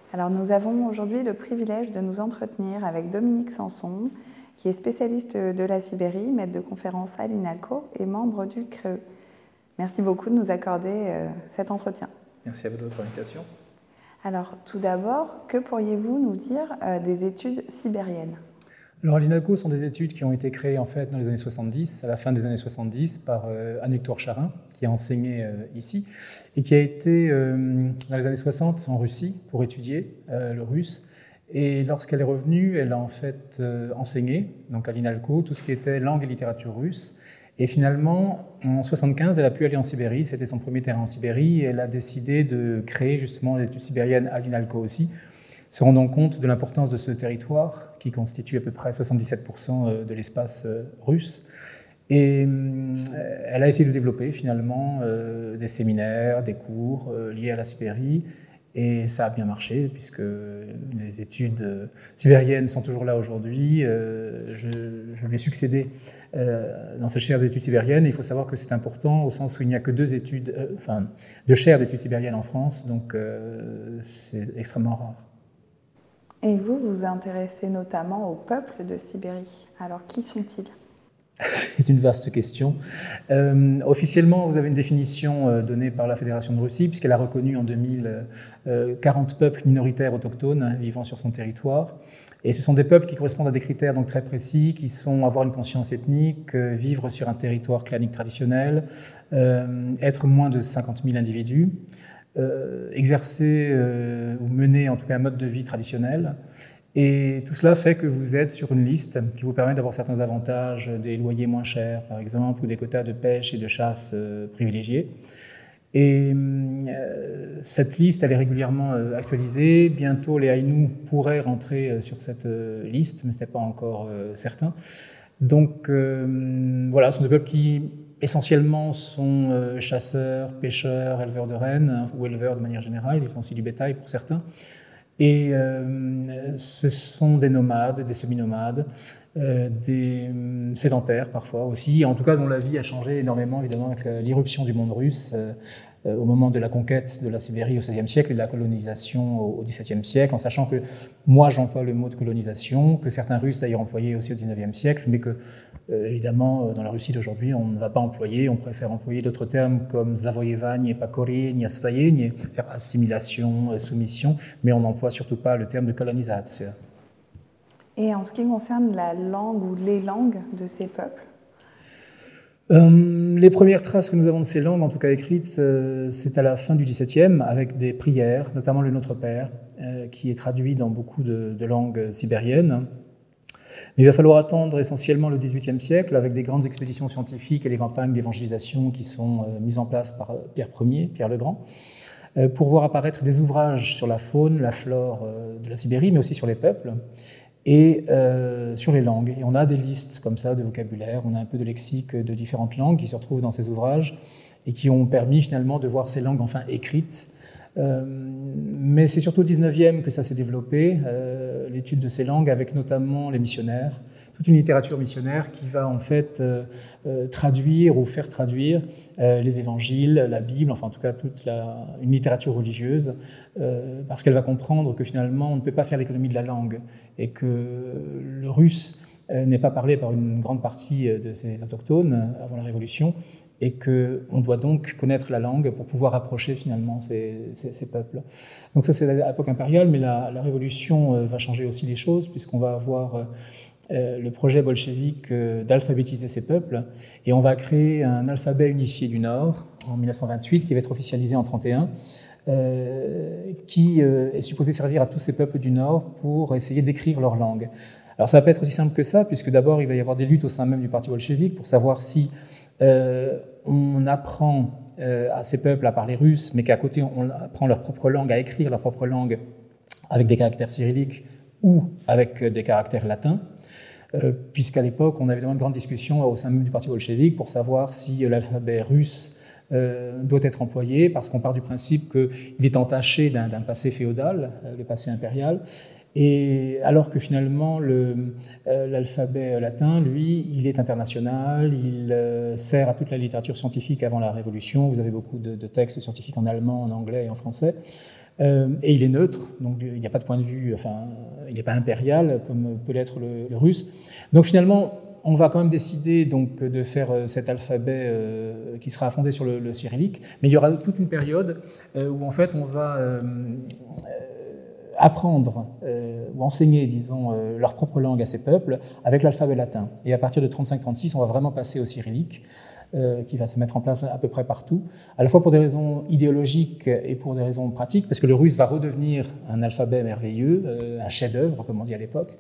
Alors nous avons aujourd'hui le privilège de nous entretenir avec Dominique Sanson, qui est spécialiste de la Sibérie, maître de conférence à l'INALCO et membre du CREE. Merci beaucoup de nous accorder cet entretien. Merci à vous de votre invitation. Alors tout d'abord, que pourriez-vous nous dire des études sibériennes ? Alors, l'INALCO sont des études qui ont été créées en fait dans les années 70, à la fin des années 70, par Anne-Victoire Charin, qui a enseigné ici, et qui a été dans les années 60 en Russie pour étudier le russe. Et lorsqu'elle est revenue, elle a en fait enseigné donc à l'INALCO tout ce qui était langue et littérature russe. Et finalement, en 75, elle a pu aller en Sibérie, c'était son premier terrain en Sibérie, et elle a décidé de créer justement l'étude sibérienne à l'INALCO aussi, se rendant compte de l'importance de ce territoire qui constitue à peu près 77% de l'espace russe. Et elle a essayé de développer finalement des séminaires, des cours liés à la Sibérie, et ça a bien marché puisque les études sibériennes sont toujours là aujourd'hui. Je lui ai succédé dans cette chaire d'études sibériennes, et il faut savoir que c'est important au sens où il n'y a que deux chaires d'études sibériennes en France, donc c'est extrêmement rare. Et vous vous intéressez notamment au peuple de Sibérie. Alors, qui sont-ils ? C'est une vaste question. Officiellement, vous avez une définition donnée par la Fédération de Russie, puisqu'elle a reconnu en 2000 40 peuples minoritaires autochtones vivant sur son territoire. Et ce sont des peuples qui correspondent à des critères donc très précis, qui sont avoir une conscience ethnique, vivre sur un territoire clanique traditionnel, être moins de 50 000 individus, exercer ou mener en tout cas un mode de vie traditionnel. Et tout cela fait que vous êtes sur une liste qui vous permet d'avoir certains avantages, des loyers moins chers par exemple, ou des quotas de pêche et de chasse privilégiés. Et cette liste, elle est régulièrement actualisée. Bientôt, les Aïnous pourraient rentrer sur cette liste, mais ce n'est pas encore certain. Donc voilà, ce sont des peuples qui essentiellement sont chasseurs, pêcheurs, éleveurs de rennes, ou éleveurs de manière générale, ils sont aussi du bétail pour certains. Et ce sont des nomades, des semi-nomades, des sédentaires parfois aussi, en tout cas dont la vie a changé énormément évidemment avec l'irruption du monde russe au moment de la conquête de la Sibérie au XVIe siècle et de la colonisation au XVIIe siècle, en sachant que moi j'emploie le mot de colonisation, que certains Russes d'ailleurs employaient aussi au XIXe siècle, mais que évidemment dans la Russie d'aujourd'hui on ne va pas employer, on préfère employer d'autres termes comme zavoyevanie, pakorenie, osvoyenie, c'est-à-dire assimilation, soumission, mais on n'emploie surtout pas le terme de colonisation. Et en ce qui concerne la langue ou les langues de ces peuples ? Les premières traces que nous avons de ces langues, en tout cas écrites, c'est à la fin du XVIIe, avec des prières, notamment le Notre Père, qui est traduit dans beaucoup de langues sibériennes. Mais il va falloir attendre essentiellement le XVIIIe siècle, avec des grandes expéditions scientifiques et les campagnes d'évangélisation qui sont mises en place par Pierre Ier, Pierre le Grand, pour voir apparaître des ouvrages sur la faune, la flore de la Sibérie, mais aussi sur les peuples, et sur les langues. Et on a des listes comme ça de vocabulaire, on a un peu de lexique de différentes langues qui se retrouvent dans ces ouvrages et qui ont permis finalement de voir ces langues enfin écrites. Mais c'est surtout au XIXe que ça s'est développé, l'étude de ces langues, avec notamment les missionnaires, toute une littérature missionnaire qui va en fait traduire ou faire traduire les évangiles, la Bible, enfin en tout cas une littérature religieuse, parce qu'elle va comprendre que finalement on ne peut pas faire l'économie de la langue et que le russe n'est pas parlé par une grande partie de ces autochtones avant la Révolution, et qu'on doit donc connaître la langue pour pouvoir approcher finalement ces peuples. Donc ça c'est l'époque impériale, mais la Révolution va changer aussi les choses, puisqu'on va avoir le projet bolchevique d'alphabétiser ces peuples, et on va créer un alphabet unifié du Nord en 1928, qui va être officialisé en 1931, qui est supposé servir à tous ces peuples du Nord pour essayer d'écrire leur langue. Alors ça va pas être aussi simple que ça, puisque d'abord il va y avoir des luttes au sein même du parti bolchevique pour savoir si on apprend à ces peuples à parler russe, mais qu'à côté on apprend leur propre langue, à écrire leur propre langue avec des caractères cyrilliques ou avec des caractères latins, puisqu'à l'époque on avait vraiment une grande discussion au sein même du parti bolchevique pour savoir si l'alphabet russe doit être employé, parce qu'on part du principe qu'il est entaché d'un passé féodal, le passé impérial, et alors que finalement l'alphabet latin, lui, il est international, il sert à toute la littérature scientifique avant la Révolution. Vous avez beaucoup de textes scientifiques en allemand, en anglais et en français. Et il est neutre, donc il n'y a pas de point de vue, enfin, il n'est pas impérial comme peut l'être le russe. Donc finalement, on va quand même décider donc, de faire cet alphabet qui sera fondé sur le cyrillique, mais il y aura toute une période où en fait on va apprendre ou enseigner, disons, leur propre langue à ces peuples avec l'alphabet latin. Et à partir de 35-36, on va vraiment passer au cyrillique, qui va se mettre en place à peu près partout, à la fois pour des raisons idéologiques et pour des raisons pratiques, parce que le russe va redevenir un alphabet merveilleux, un chef-d'œuvre, comme on dit à l'époque.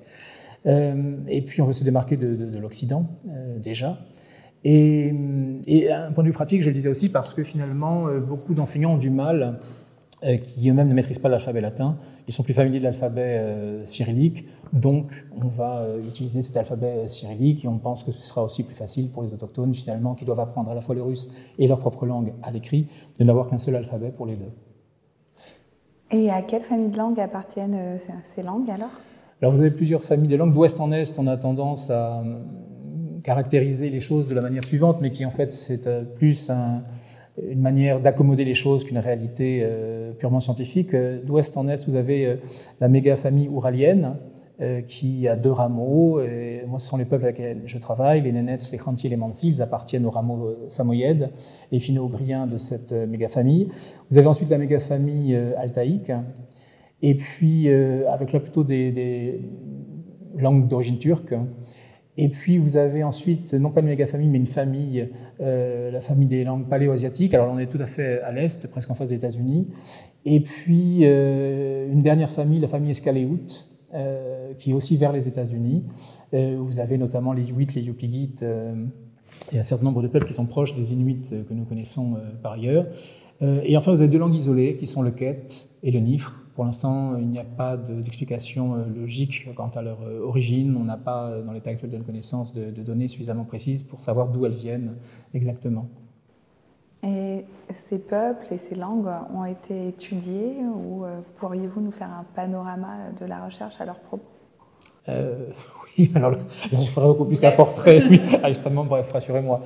Et puis on veut se démarquer de l'Occident, déjà. Et d'un point de vue pratique, je le disais aussi, parce que finalement, beaucoup d'enseignants ont du mal, qui eux-mêmes ne maîtrisent pas l'alphabet latin, ils sont plus familiers de l'alphabet cyrillique, donc on va utiliser cet alphabet cyrillique et on pense que ce sera aussi plus facile pour les autochtones, finalement, qui doivent apprendre à la fois le russe et leur propre langue à l'écrit, de n'avoir qu'un seul alphabet pour les deux. Et à quelle famille de langues appartiennent ces langues alors ? Alors vous avez plusieurs familles de langues. D'ouest en est, on a tendance à caractériser les choses de la manière suivante, mais qui en fait c'est plus une manière d'accommoder les choses qu'une réalité purement scientifique. D'ouest en est, vous avez la méga-famille ouralienne, qui a 2 rameaux. Et moi, ce sont les peuples avec lesquels je travaille, les Nénètes, les Kranti et les Mansi. Ils appartiennent au rameau samoyède et finno-ougrien de cette méga-famille. Vous avez ensuite la méga-famille altaïque, et puis avec là plutôt des langues d'origine turque. Et puis vous avez ensuite, non pas une méga-famille, mais une famille, la famille des langues paléo-asiatiques. Alors on est tout à fait à l'est, presque en face des États-Unis. Et puis une dernière famille, la famille Escaleout, qui est aussi vers les États-Unis. Vous avez notamment les Inuits, les Yupigit, et un certain nombre de peuples qui sont proches des Inuits que nous connaissons par ailleurs. Et enfin, vous avez 2 langues isolées qui sont le Ket et le Nifre. Pour l'instant, il n'y a pas d'explication logique quant à leur origine. On n'a pas, dans l'état actuel de nos connaissances, de données suffisamment précises pour savoir d'où elles viennent exactement. Et ces peuples et ces langues ont été étudiés ou pourriez-vous nous faire un panorama de la recherche à leur propos ? Oui, alors il faudrait beaucoup plus qu'un portrait, oui, extrêmement bref, rassurez-moi.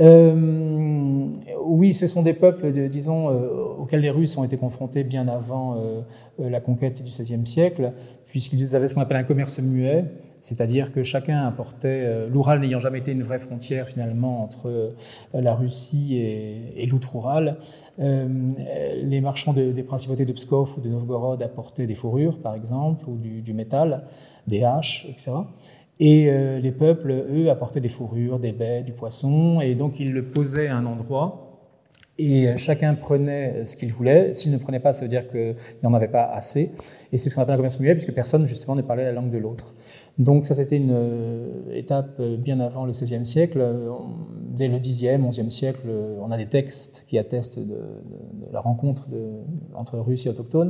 Oui, ce sont des peuples, disons, auxquels les Russes ont été confrontés bien avant la conquête du XVIe siècle, puisqu'ils avaient ce qu'on appelle un commerce muet, c'est-à-dire que chacun apportait, l'Oural n'ayant jamais été une vraie frontière finalement entre la Russie et l'Outre-Oural, les marchands des principautés de Pskov ou de Novgorod apportaient des fourrures, par exemple, ou du métal, des haches, etc. Et les peuples, eux, apportaient des fourrures, des baies, du poisson, et donc ils le posaient à un endroit, et chacun prenait ce qu'il voulait. S'il ne prenait pas, ça veut dire qu'il n'y en avait pas assez, et c'est ce qu'on appelle un commerce muet, puisque personne, justement, ne parlait la langue de l'autre. Donc ça, c'était une étape bien avant le XVIe siècle. Dès le Xe, XIe siècle, on a des textes qui attestent de la rencontre entre Russes et autochtones.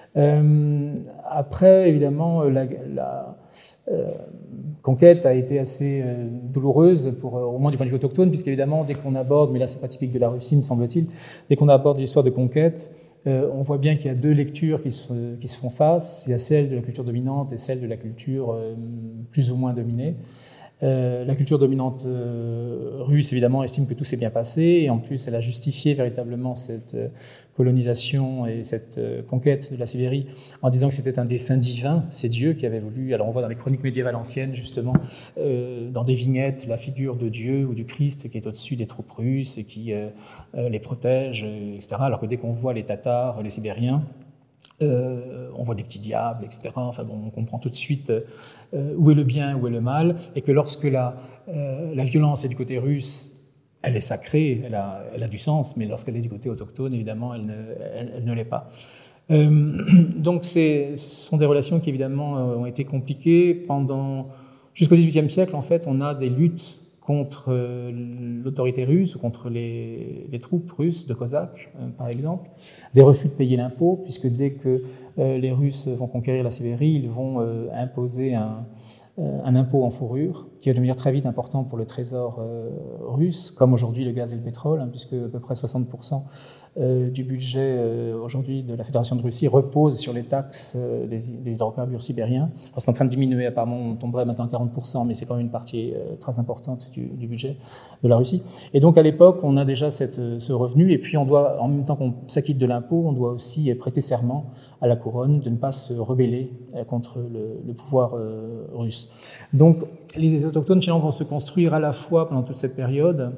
Après, évidemment, la conquête a été assez douloureuse, au moins du point de vue autochtone, puisqu'évidemment, dès qu'on aborde, mais là c'est pas typique de la Russie, me semble-t-il, dès qu'on aborde l'histoire de conquête, on voit bien qu'il y a 2 lectures qui se font face. Il y a celle de la culture dominante et celle de la culture plus ou moins dominée. La culture dominante russe, évidemment, estime que tout s'est bien passé, et en plus, elle a justifié véritablement cette colonisation et cette conquête de la Sibérie en disant que c'était un dessein divin, c'est Dieu qui avait voulu. Alors on voit dans les chroniques médiévales anciennes, justement, dans des vignettes, la figure de Dieu ou du Christ qui est au-dessus des troupes russes et qui les protège, etc. Alors que dès qu'on voit les Tatars, les Sibériens, on voit des petits diables, etc. Enfin bon, on comprend tout de suite où est le bien, où est le mal, et que lorsque la violence est du côté russe, elle est sacrée, elle a du sens, mais lorsqu'elle est du côté autochtone, évidemment, elle ne l'est pas. Donc ce sont des relations qui, évidemment, ont été compliquées jusqu'au XVIIIe siècle. En fait, on a des luttes contre l'autorité russe ou contre les troupes russes de Cosaques, par exemple, des refus de payer l'impôt, puisque dès que les Russes vont conquérir la Sibérie, ils vont imposer un impôt en fourrure qui va devenir très vite important pour le trésor russe, comme aujourd'hui le gaz et le pétrole, puisque à peu près 60% du budget aujourd'hui de la Fédération de Russie repose sur les taxes des hydrocarbures sibériens. Alors, c'est en train de diminuer, apparemment on tomberait maintenant à 40%, mais c'est quand même une partie très importante du budget de la Russie. Et donc à l'époque, on a déjà ce revenu, et puis on doit, en même temps qu'on s'acquitte de l'impôt, on doit aussi prêter serment à la couronne de ne pas se rebeller contre le pouvoir russe. Donc les autochtones finalement vont se construire à la fois pendant toute cette période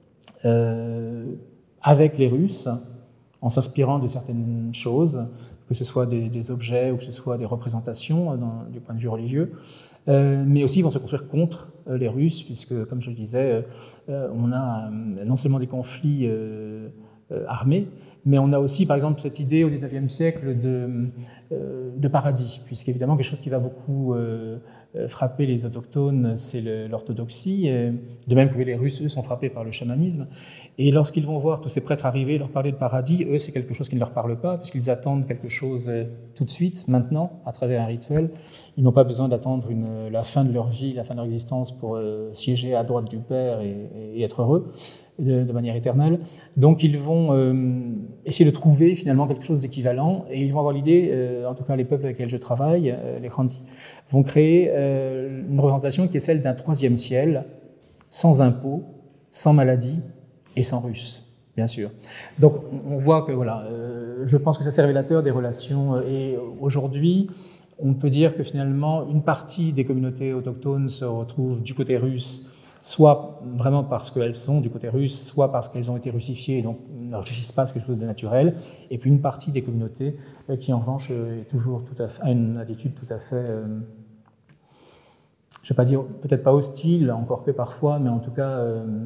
avec les Russes, en s'inspirant de certaines choses, que ce soit des objets ou que ce soit des représentations du point de vue religieux, mais aussi ils vont se construire contre les Russes, puisque, comme je le disais, on a non seulement des conflits armés, mais on a aussi, par exemple, cette idée au XIXe siècle de paradis, puisqu'évidemment, quelque chose qui va beaucoup frapper les autochtones, c'est l'orthodoxie, de même que les Russes, eux, sont frappés par le chamanisme. Et lorsqu'ils vont voir tous ces prêtres arriver et leur parler de paradis, eux, c'est quelque chose qui ne leur parle pas, puisqu'ils attendent quelque chose tout de suite, maintenant, à travers un rituel. Ils n'ont pas besoin d'attendre la fin de leur vie, la fin de leur existence pour siéger à droite du Père et être heureux de manière éternelle. Donc ils vont essayer de trouver finalement quelque chose d'équivalent, et ils vont avoir l'idée, en tout cas les peuples avec lesquels je travaille, les Khanty, vont créer une représentation qui est celle d'un troisième ciel, sans impôts, sans maladie et sans Russes, bien sûr. Donc on voit que voilà, je pense que c'est révélateur des relations, et aujourd'hui on peut dire que finalement une partie des communautés autochtones se retrouve du côté russe, soit vraiment parce qu'elles sont du côté russe, soit parce qu'elles ont été russifiées et donc ne réfléchissent pas à quelque chose de naturel, et puis une partie des communautés qui en revanche est toujours a une attitude tout à fait, je ne vais pas dire peut-être pas hostile, encore que parfois, mais en tout cas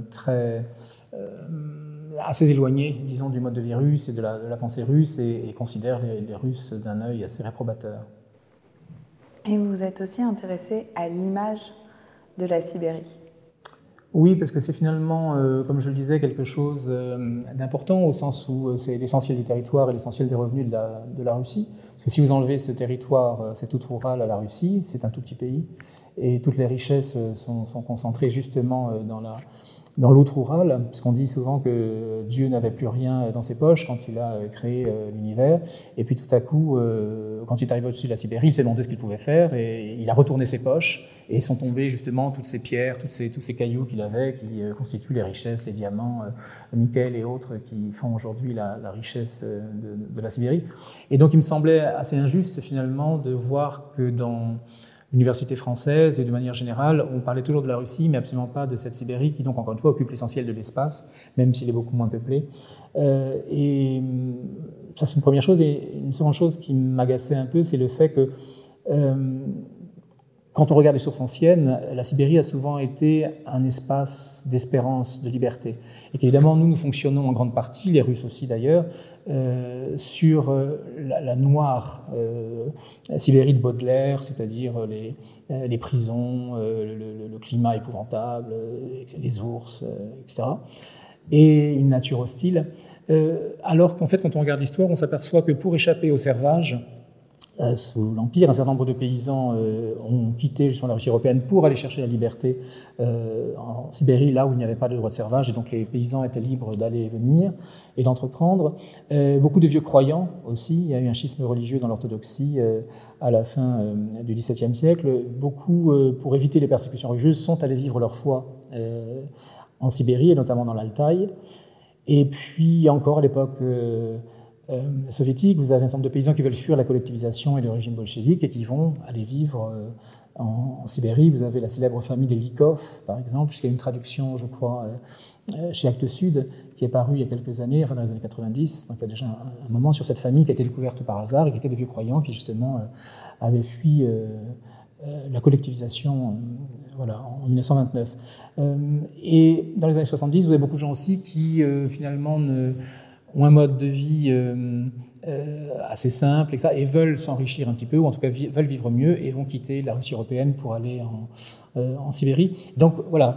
assez éloignée, disons, du mode de vie russe et de la pensée russe, et considère les Russes d'un œil assez réprobateur. Et vous vous êtes aussi intéressé à l'image de la Sibérie. Oui, parce que c'est finalement, comme je le disais, quelque chose d'important au sens où c'est l'essentiel du territoire et l'essentiel des revenus de la Russie. Parce que si vous enlevez ce territoire, cette outre rurale à la Russie, c'est un tout petit pays, et toutes les richesses sont concentrées justement dans l'outre rurale, puisqu'on dit souvent que Dieu n'avait plus rien dans ses poches quand il a créé l'univers, et puis tout à coup, quand il est arrivé au-dessus de la Sibérie, il s'est demandé ce qu'il pouvait faire, et il a retourné ses poches, et sont tombés justement toutes ces pierres, tous ces cailloux qu'il avait, qui constituent les richesses, les diamants, le nickel et autres, qui font aujourd'hui la richesse de la Sibérie. Et donc il me semblait assez injuste finalement de voir que dans l'université française et de manière générale, on parlait toujours de la Russie, mais absolument pas de cette Sibérie qui donc encore une fois occupe l'essentiel de l'espace, même s'il est beaucoup moins peuplé. Et ça c'est une première chose. Et une seconde chose qui m'agaçait un peu, c'est le fait que quand on regarde les sources anciennes, la Sibérie a souvent été un espace d'espérance, de liberté. Et qu'évidemment, nous fonctionnons en grande partie, les Russes aussi d'ailleurs, sur la noire Sibérie de Baudelaire, c'est-à-dire les prisons, le climat épouvantable, les ours, etc. Et une nature hostile. Alors qu'en fait, quand on regarde l'histoire, on s'aperçoit que pour échapper au servage, sous l'Empire, un certain nombre de paysans ont quitté justement la Russie européenne pour aller chercher la liberté en Sibérie, là où il n'y avait pas de droit de servage, et donc les paysans étaient libres d'aller et venir et d'entreprendre. Beaucoup de vieux croyants aussi, il y a eu un schisme religieux dans l'orthodoxie à la fin du XVIIe siècle. Beaucoup, pour éviter les persécutions religieuses, sont allés vivre leur foi en Sibérie, et notamment dans l'Altaï. Et puis encore à l'époque soviétique, vous avez un certain nombre de paysans qui veulent fuir la collectivisation et le régime bolchevique et qui vont aller vivre en Sibérie. Vous avez la célèbre famille des Likov, par exemple, puisqu'il y a une traduction, je crois, chez Actes Sud, qui est parue il y a quelques années, enfin dans les années 90, donc il y a déjà un moment, sur cette famille qui a été découverte par hasard et qui était de vieux croyants qui, justement, avaient fui la collectivisation voilà, en 1929. Et dans les années 70, vous avez beaucoup de gens aussi qui, finalement, ont un mode de vie assez simple et veulent s'enrichir un petit peu, ou en tout cas veulent vivre mieux, et vont quitter la Russie européenne pour aller en Sibérie. Donc voilà,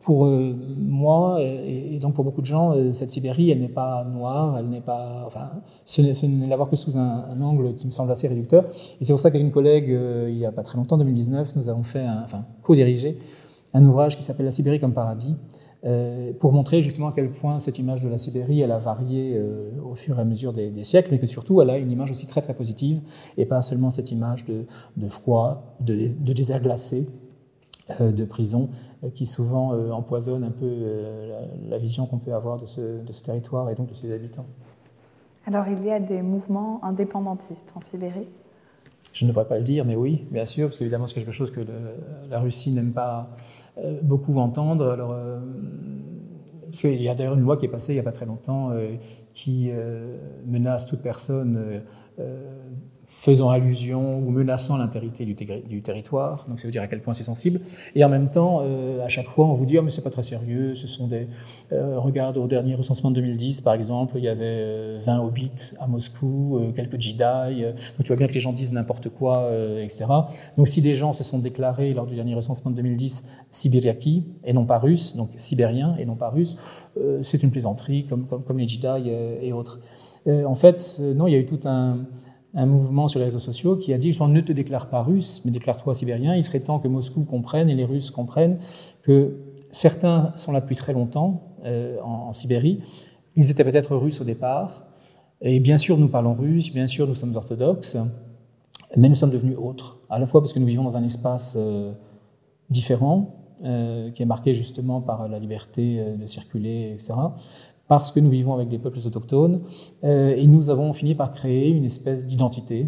pour moi, et donc pour beaucoup de gens, cette Sibérie, elle n'est pas noire, elle n'est pas, enfin, ce n'est la voir que sous un angle qui me semble assez réducteur. Et c'est pour ça qu'avec une collègue, il n'y a pas très longtemps, en 2019, nous avons fait, co-dirigé un ouvrage qui s'appelle La Sibérie comme paradis, pour montrer justement à quel point cette image de la Sibérie, elle a varié au fur et à mesure des siècles, mais que surtout, elle a une image aussi très très positive, et pas seulement cette image de froid, de désert glacé, de prison, qui souvent empoisonne un peu la vision qu'on peut avoir de ce territoire et donc de ses habitants. Alors, il y a des mouvements indépendantistes en Sibérie ? Je ne devrais pas le dire, mais oui, bien sûr, parce qu'évidemment c'est quelque chose que la Russie n'aime pas beaucoup entendre. Alors, parce qu'il y a d'ailleurs une loi qui est passée il n'y a pas très longtemps qui menace toute personne faisant allusion ou menaçant l'intégrité du territoire, donc ça veut dire à quel point c'est sensible, et en même temps, à chaque fois, on vous dit « oh, mais c'est pas très sérieux, ce sont des... regarde, au dernier recensement de 2010, par exemple, il y avait 20 hobbits à Moscou, quelques Jedi, donc tu vois bien que les gens disent n'importe quoi, etc. Donc si des gens se sont déclarés, lors du dernier recensement de 2010, sibériaki, et non pas russes, donc sibériens et non pas russes, c'est une plaisanterie, comme les Jedi et autres. En fait, non, il y a eu tout un mouvement sur les réseaux sociaux qui a dit « ne te déclare pas russe, mais déclare-toi sibérien ». Il serait temps que Moscou comprenne et les Russes comprennent que certains sont là depuis très longtemps en Sibérie. Ils étaient peut-être russes au départ. Et bien sûr, nous parlons russe, bien sûr, nous sommes orthodoxes, mais nous sommes devenus autres. À la fois parce que nous vivons dans un espace différent, qui est marqué justement par la liberté de circuler, etc., parce que nous vivons avec des peuples autochtones, et nous avons fini par créer une espèce d'identité.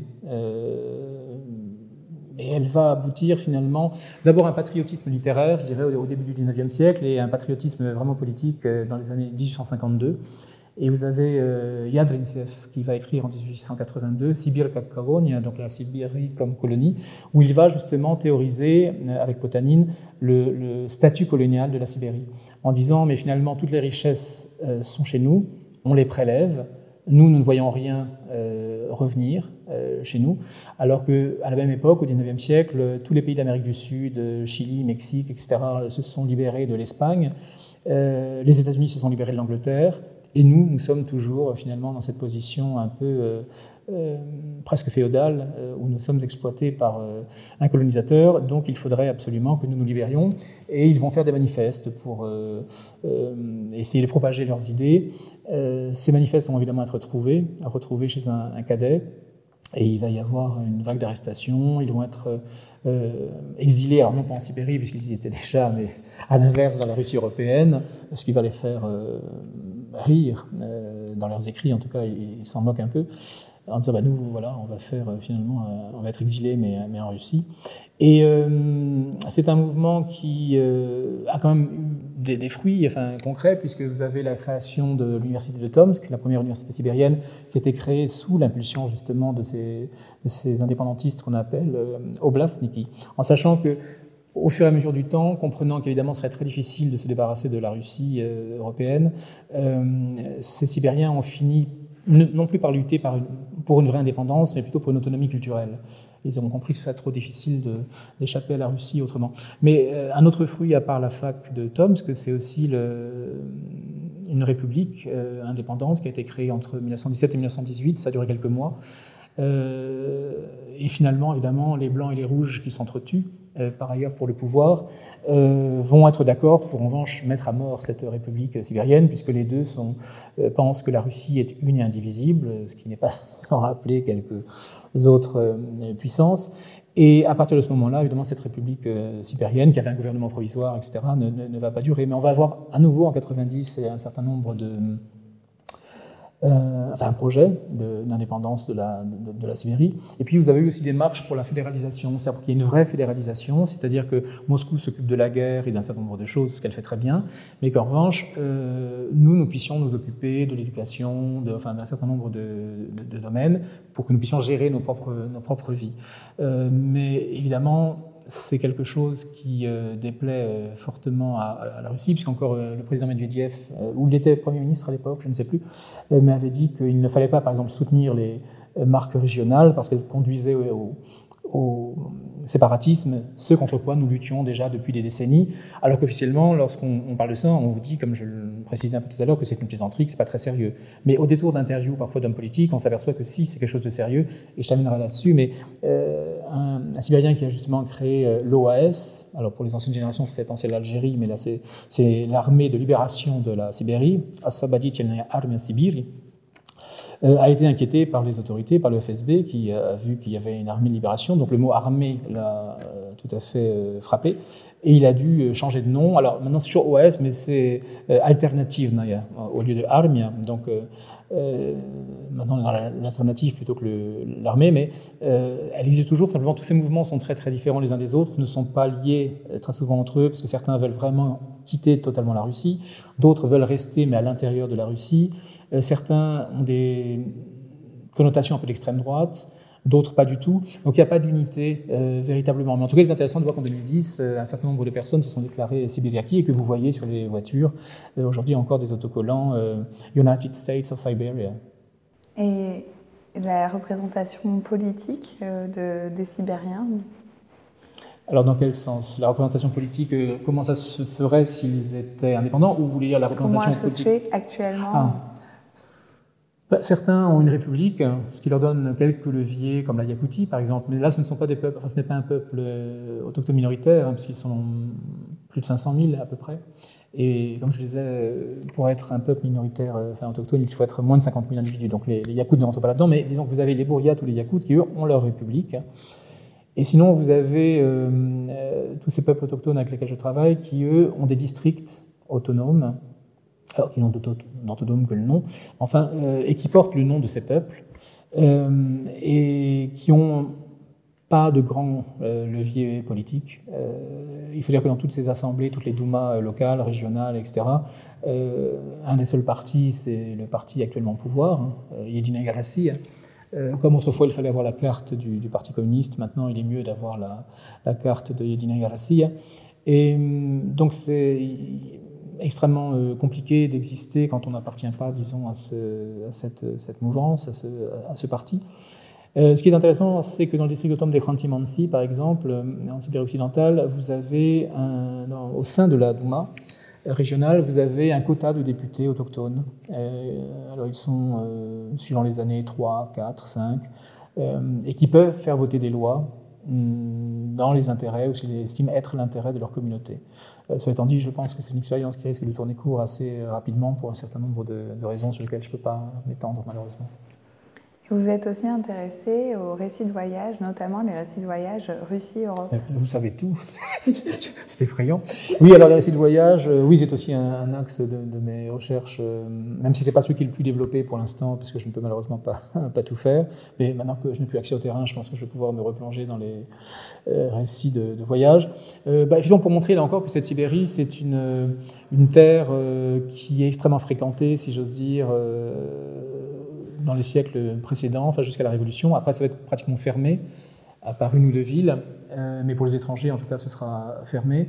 Et elle va aboutir finalement, d'abord un patriotisme littéraire, je dirais, au début du XIXe siècle, et un patriotisme vraiment politique dans les années 1852. Et vous avez Yadrintsev qui va écrire en 1882 « Sibir как колония », donc la Sibérie comme colonie, où il va justement théoriser, avec Potanine, le statut colonial de la Sibérie, en disant « mais finalement toutes les richesses sont chez nous, on les prélève, nous ne voyons rien revenir chez nous », alors qu'à la même époque, au XIXe siècle, tous les pays d'Amérique du Sud, Chili, Mexique, etc., se sont libérés de l'Espagne, les États-Unis se sont libérés de l'Angleterre, et nous sommes toujours finalement dans cette position un peu presque féodale, où nous sommes exploités par un colonisateur, donc il faudrait absolument que nous nous libérions, et ils vont faire des manifestes pour essayer de propager leurs idées. Ces manifestes vont évidemment être retrouvés chez un cadet, et il va y avoir une vague d'arrestations, ils vont être exilés, alors non pas en Sibérie, puisqu'ils y étaient déjà, mais à l'inverse dans la Russie européenne, ce qui va les faire rire dans leurs écrits, en tout cas ils s'en moquent un peu, en disant nous voilà, on va faire finalement, on va être exilés mais en Russie. Et c'est un mouvement qui a quand même eu des fruits concrets, puisque vous avez la création de l'université de Tomsk, la première université sibérienne, qui a été créée sous l'impulsion justement de ces indépendantistes qu'on appelle oblastniki, en sachant que au fur et à mesure du temps, comprenant qu'évidemment ce serait très difficile de se débarrasser de la Russie européenne, ces Sibériens ont fini non plus par lutter pour une vraie indépendance, mais plutôt pour une autonomie culturelle. Ils ont compris que ce serait trop difficile d'échapper à la Russie autrement. Mais un autre fruit, à part la fac de Tomsk, c'est aussi une république indépendante qui a été créée entre 1917 et 1918, ça a duré quelques mois. Et finalement, évidemment, les Blancs et les Rouges qui s'entretuent, par ailleurs pour le pouvoir, vont être d'accord pour en revanche mettre à mort cette république sibérienne, puisque les deux pensent que la Russie est une et indivisible, ce qui n'est pas sans rappeler quelques autres puissances. Et à partir de ce moment-là, évidemment, cette république sibérienne, qui avait un gouvernement provisoire, etc., ne va pas durer. Mais on va avoir à nouveau en 90 un certain nombre un projet d'indépendance de la Sibérie. Et puis vous avez eu aussi des marches pour la fédéralisation, c'est-à-dire qu'il y ait une vraie fédéralisation, c'est-à-dire que Moscou s'occupe de la guerre et d'un certain nombre de choses, ce qu'elle fait très bien, mais qu'en revanche, nous puissions nous occuper de l'éducation, d'un certain nombre de domaines, pour que nous puissions gérer nos propres vies. Mais évidemment, c'est quelque chose qui déplaît fortement à la Russie, puisqu'encore le président Medvedev, ou il était Premier ministre à l'époque, je ne sais plus, m'avait dit qu'il ne fallait pas, par exemple, soutenir les marques régionales parce qu'elles conduisaient au séparatisme, ce contre quoi nous luttions déjà depuis des décennies, alors qu'officiellement, lorsqu'on parle de ça, on vous dit, comme je le précisais un peu tout à l'heure, que c'est une plaisanterie, que c'est pas très sérieux. Mais au détour d'interviews parfois d'hommes politiques, on s'aperçoit que si, c'est quelque chose de sérieux, et je terminerai là-dessus, mais un Sibérien qui a justement créé l'OAS, alors pour les anciennes générations, ça fait penser à l'Algérie, mais là c'est l'armée de libération de la Sibérie, Освободительная армия Сибири, a été inquiété par les autorités, par le FSB, qui a vu qu'il y avait une armée de libération. Donc le mot armée l'a tout à fait frappé. Et il a dû changer de nom. Alors maintenant c'est toujours OAS, mais c'est Alternativnaya au lieu de Armia. Donc maintenant on est dans l'alternative plutôt que l'armée, mais elle existe toujours. Simplement tous ces mouvements sont très très différents les uns des autres, ne sont pas liés très souvent entre eux, parce que certains veulent vraiment quitter totalement la Russie, d'autres veulent rester mais à l'intérieur de la Russie. Certains ont des connotations un peu d'extrême droite, d'autres pas du tout. Donc il n'y a pas d'unité véritablement. Mais en tout cas, il est intéressant de voir qu'en 2010, un certain nombre de personnes se sont déclarées sibériaques et que vous voyez sur les voitures aujourd'hui encore des autocollants United States of Siberia. Et la représentation politique des Sibériens? Alors, dans quel sens? La représentation politique, comment ça se ferait s'ils étaient indépendants? Ou vous voulez dire la représentation politique? Comment elle se fait actuellement? Certains ont une république, ce qui leur donne quelques leviers, comme la Yakoutie par exemple, mais là ce ne sont pas des peuples, ce n'est pas un peuple autochtone minoritaire, puisqu'ils sont plus de 500 000 à peu près. Et comme je disais, pour être un peuple minoritaire, autochtone, il faut être moins de 50 000 individus. Donc les Yakoutes ne rentrent pas là-dedans, mais disons que vous avez les Bouriates ou les Yakoutes qui eux ont leur république. Et sinon vous avez tous ces peuples autochtones avec lesquels je travaille qui eux ont des districts autonomes, alors qui n'ont d'autonome que le nom, et qui portent le nom de ces peuples, et qui n'ont pas de grands leviers politiques. Il faut dire que dans toutes ces assemblées, toutes les doumas locales, régionales, etc., un des seuls partis, c'est le parti actuellement au pouvoir, Yedinaya Rassia. Comme autrefois il fallait avoir la carte du Parti communiste, maintenant il est mieux d'avoir la carte de Yedinaya Rassia. Et donc c'est extrêmement compliqué d'exister quand on n'appartient pas, disons, à cette mouvance, à ce parti. Ce qui est intéressant, c'est que dans le district autonome des Khanty-Mansi, par exemple, en Sibérie occidentale, vous avez, au sein de la Douma régionale, vous avez un quota de députés autochtones. Alors ils sont, suivant les années, 3, 4, 5, et qui peuvent faire voter des lois dans les intérêts, ou s'ils estiment être l'intérêt de leur communauté. Cela étant dit, je pense que c'est une expérience qui risque de tourner court assez rapidement pour un certain nombre de raisons sur lesquelles je ne peux pas m'étendre, malheureusement. Vous êtes aussi intéressé aux récits de voyage, notamment les récits de voyage Russie-Europe. Vous savez tout, c'est effrayant. Oui, alors les récits de voyage, oui, c'est aussi un axe de mes recherches, même si ce n'est pas celui qui est le plus développé pour l'instant, parce que je ne peux malheureusement pas tout faire. Mais maintenant que je n'ai plus accès au terrain, je pense que je vais pouvoir me replonger dans les récits de voyage. Effectivement, pour montrer là encore que cette Sibérie, c'est une terre qui est extrêmement fréquentée, si j'ose dire, dans les siècles précédents, jusqu'à la Révolution. Après, ça va être pratiquement fermé, à part une ou deux villes, mais pour les étrangers, en tout cas, ce sera fermé.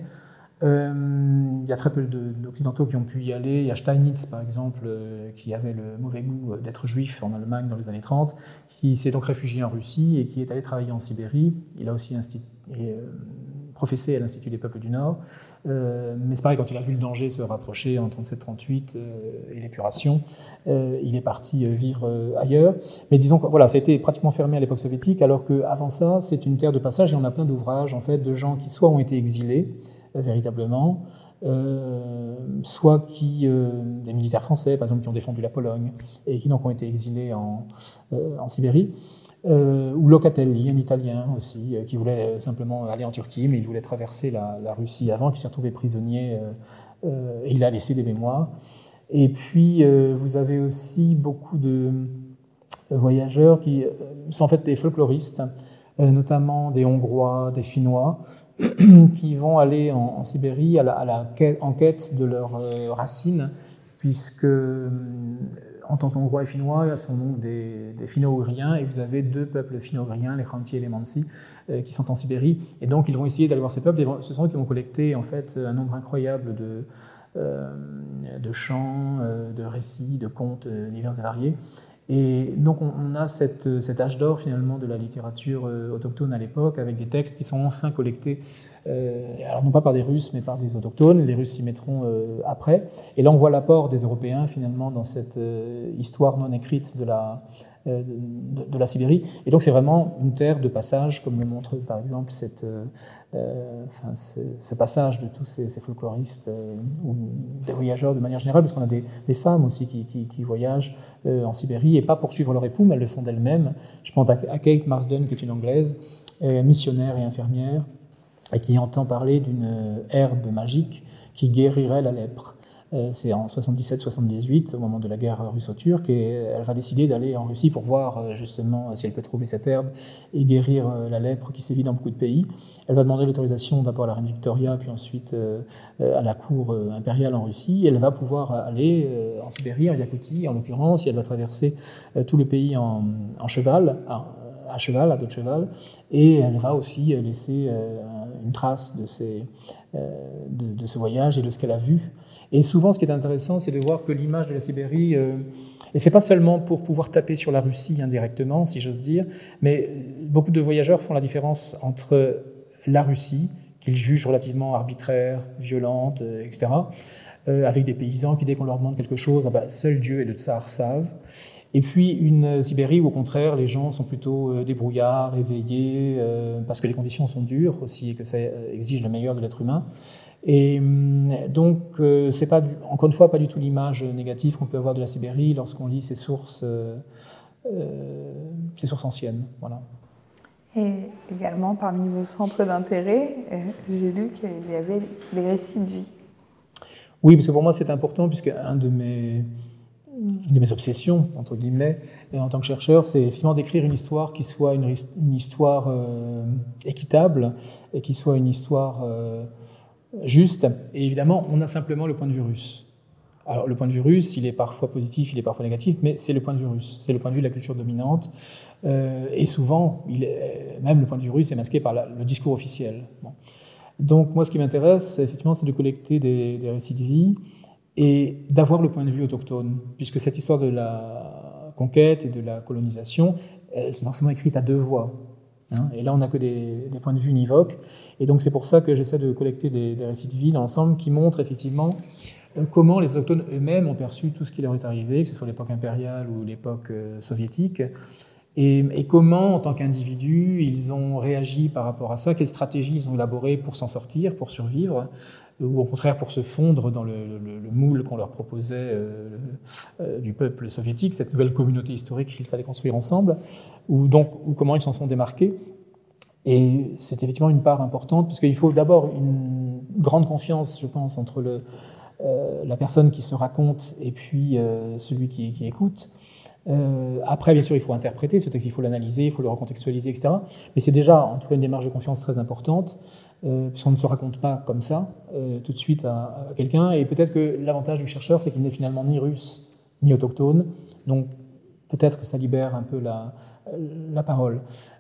Il y a très peu d'Occidentaux qui ont pu y aller. Il y a Steinitz, par exemple, qui avait le mauvais goût d'être juif en Allemagne dans les années 30, qui s'est donc réfugié en Russie et qui est allé travailler en Sibérie. Il a aussi professé à l'Institut des peuples du Nord. Mais c'est pareil, quand il a vu le danger se rapprocher en 37-38 et l'épuration, il est parti vivre ailleurs. Mais disons que voilà, ça a été pratiquement fermé à l'époque soviétique, alors qu'avant ça, c'est une terre de passage et on a plein d'ouvrages en fait, de gens qui soit ont été exilés véritablement, soit des militaires français, par exemple, qui ont défendu la Pologne et qui donc ont été exilés en Sibérie. Ou Locatelli, un Italien aussi, qui voulait simplement aller en Turquie, mais il voulait traverser la Russie avant, qui s'est retrouvé prisonnier, et il a laissé des mémoires. Et puis, vous avez aussi beaucoup de voyageurs qui sont en fait des folkloristes, notamment des Hongrois, des Finnois, qui vont aller en Sibérie en quête de leurs racines, puisque en tant qu'Hongrois et Finnois, ce sont donc des Finno-Ougriens, et vous avez deux peuples finno-ougriens, les Khanty et les Mansi, qui sont en Sibérie. Et donc, ils vont essayer d'aller voir ces peuples, et ce sont eux qui vont collecter en fait, un nombre incroyable de chants, de récits, de contes divers et variés. Et donc on a cet âge d'or finalement de la littérature autochtone à l'époque, avec des textes qui sont enfin collectés, alors non pas par des Russes mais par des autochtones. Les Russes s'y mettront après. Et là on voit l'apport des Européens finalement dans cette histoire non écrite de la Sibérie. Et donc c'est vraiment une terre de passage, comme le montre par exemple ce passage de tous ces folkloristes ou des voyageurs de manière générale, parce qu'on a des femmes aussi qui voyagent en Sibérie, et pas pour suivre leur époux, mais elles le font d'elles-mêmes. Je pense à Kate Marsden, qui est une Anglaise, missionnaire et infirmière, et qui entend parler d'une herbe magique qui guérirait la lèpre. C'est en 77-78, au moment de la guerre russo-turque, et elle va décider d'aller en Russie pour voir justement si elle peut trouver cette herbe et guérir la lèpre qui sévit dans beaucoup de pays. Elle va demander l'autorisation d'abord à la reine Victoria, puis ensuite à la cour impériale en Russie. Elle va pouvoir aller en Sibérie, en Yakoutie en l'occurrence, et elle va traverser tout le pays en cheval, à dos de cheval, et elle va aussi laisser une trace de ce voyage et de ce qu'elle a vu. Et souvent, ce qui est intéressant, c'est de voir que l'image de la Sibérie, et c'est pas seulement pour pouvoir taper sur la Russie indirectement, si j'ose dire, mais beaucoup de voyageurs font la différence entre la Russie, qu'ils jugent relativement arbitraire, violente, etc., avec des paysans qui, dès qu'on leur demande quelque chose, seul Dieu et le tsar savent. Et puis une Sibérie où, au contraire, les gens sont plutôt débrouillards, éveillés, parce que les conditions sont dures aussi et que ça exige le meilleur de l'être humain. Et donc, c'est pas, encore une fois, pas du tout l'image négative qu'on peut avoir de la Sibérie lorsqu'on lit ces sources anciennes. Voilà. Et également, parmi vos centres d'intérêt, j'ai lu qu'il y avait les récits de vie. Oui, parce que pour moi, c'est important, puisque une de mes obsessions, entre guillemets, en tant que chercheur, c'est effectivement d'écrire une histoire qui soit une histoire équitable et qui soit une histoire juste. Et évidemment, on a simplement le point de vue russe. Alors, le point de vue russe, il est parfois positif, il est parfois négatif, mais c'est le point de vue russe, c'est le point de vue de la culture dominante. Et souvent, même le point de vue russe est masqué par le discours officiel. Bon. Donc, moi, ce qui m'intéresse, effectivement, c'est de collecter des récits de vie et d'avoir le point de vue autochtone, puisque cette histoire de la conquête et de la colonisation, elle est forcément écrite à deux voix. Hein, et là, on n'a que des points de vue univoques. Et donc, c'est pour ça que j'essaie de collecter des récits de vie dans l'ensemble qui montrent effectivement comment les autochtones eux-mêmes ont perçu tout ce qui leur est arrivé, que ce soit l'époque impériale ou l'époque soviétique, et comment, en tant qu'individus, ils ont réagi par rapport à ça, quelles stratégies ils ont élaborées pour s'en sortir, pour survivre, ou au contraire pour se fondre dans le moule qu'on leur proposait du peuple soviétique, cette nouvelle communauté historique qu'il fallait construire ensemble, ou comment ils s'en sont démarqués. Et c'est effectivement une part importante, parce qu'il faut d'abord une grande confiance, je pense, entre la personne qui se raconte et puis celui qui écoute. Après, bien sûr, il faut interpréter ce texte, il faut l'analyser, il faut le recontextualiser, etc. Mais c'est déjà, en tout cas, une démarche de confiance très importante, puisqu'on ne se raconte pas comme ça, tout de suite à quelqu'un. Et peut-être que l'avantage du chercheur, c'est qu'il n'est finalement ni russe, ni autochtone. Donc, peut-être que ça libère un peu la parole.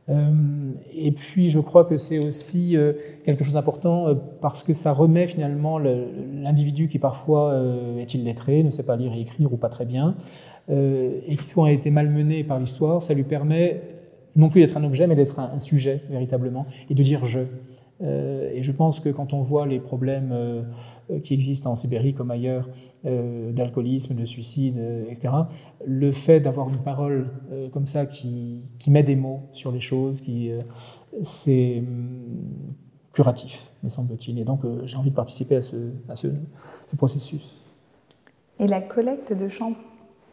Et puis, je crois que c'est aussi quelque chose d'important parce que ça remet finalement l'individu qui parfois est illettré, ne sait pas lire et écrire ou pas très bien, et qui soit a été malmené par l'histoire, ça lui permet non plus d'être un objet, mais d'être un sujet véritablement, et de dire « je ». Et je pense que quand on voit les problèmes qui existent en Sibérie comme ailleurs, d'alcoolisme, de suicide, etc., le fait d'avoir une parole comme ça qui met des mots sur les choses, c'est curatif, me semble-t-il. Et donc j'ai envie de participer à ce processus. Et la collecte de chants personnels ?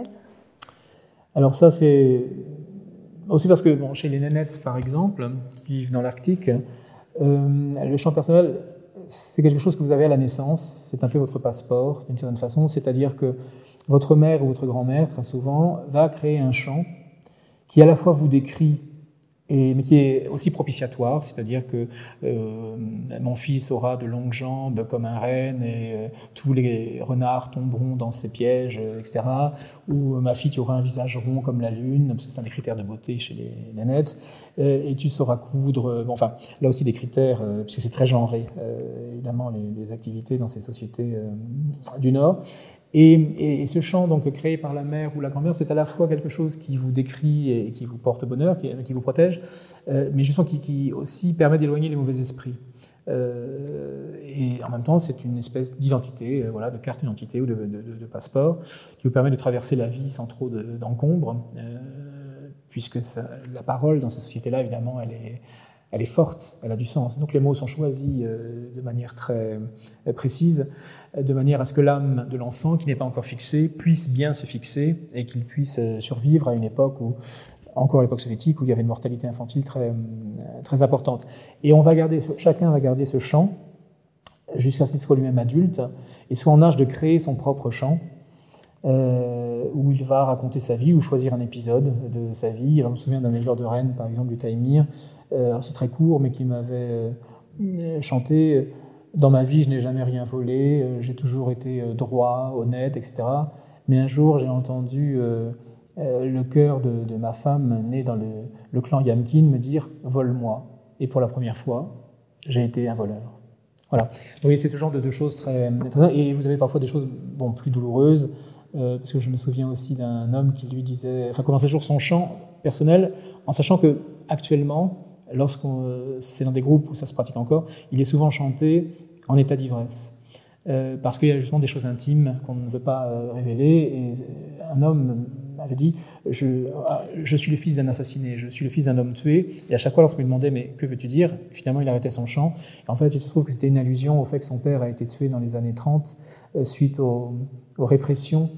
Alors ça, c'est aussi parce que chez les Nénètes, par exemple, qui vivent dans l'Arctique, le chant personnel, c'est quelque chose que vous avez à la naissance, c'est un peu votre passeport, d'une certaine façon, c'est-à-dire que votre mère ou votre grand-mère, très souvent, va créer un chant qui à la fois vous décrit, mais qui est aussi propitiatoire, c'est-à-dire que mon fils aura de longues jambes comme un renne et tous les renards tomberont dans ses pièges, etc. Ou ma fille, tu auras un visage rond comme la lune, parce que c'est un des critères de beauté chez les Nénètes, et tu sauras coudre. Enfin, là aussi des critères, puisque c'est très genré, évidemment, les activités dans ces sociétés du Nord. Et ce chant donc créé par la mère ou la grand-mère, c'est à la fois quelque chose qui vous décrit et qui vous porte bonheur, qui vous protège, mais justement qui aussi permet d'éloigner les mauvais esprits. Et en même temps, c'est une espèce d'identité, voilà, de carte d'identité ou de passeport qui vous permet de traverser la vie sans trop d'encombre, puisque la parole dans cette société-là, évidemment, elle est forte, elle a du sens. Donc les mots sont choisis de manière très précise, de manière à ce que l'âme de l'enfant, qui n'est pas encore fixée, puisse bien se fixer et qu'il puisse survivre à une époque où, encore l'époque soviétique, où il y avait une mortalité infantile très, très importante. Et chacun va garder ce chant jusqu'à ce qu'il soit lui-même adulte et soit en âge de créer son propre chant, où il va raconter sa vie ou choisir un épisode de sa vie. Alors, je me souviens d'un éleveur de rennes, par exemple, du Taïmir, c'est très court, mais qui m'avait chanté « Dans ma vie, je n'ai jamais rien volé, j'ai toujours été droit, honnête, etc. Mais un jour, j'ai entendu le cœur de ma femme, née dans le clan Yamkin, me dire « Vole-moi ». Et pour la première fois, j'ai été un voleur. » Voilà. Vous voyez, c'est ce genre de choses très... Et vous avez parfois des choses plus douloureuses, parce que je me souviens aussi d'un homme qui lui disait... Enfin, commençait toujours son chant personnel, en sachant que actuellement, c'est dans des groupes où ça se pratique encore, il est souvent chanté en état d'ivresse. Parce qu'il y a justement des choses intimes qu'on ne veut pas révéler. Et un homme m'avait dit je suis le fils d'un assassiné, je suis le fils d'un homme tué. Et à chaque fois, lorsqu'on lui demandait mais que veux-tu dire, finalement, il arrêtait son chant. Et en fait, il se trouve que c'était une allusion au fait que son père a été tué dans les années 30 suite aux répressions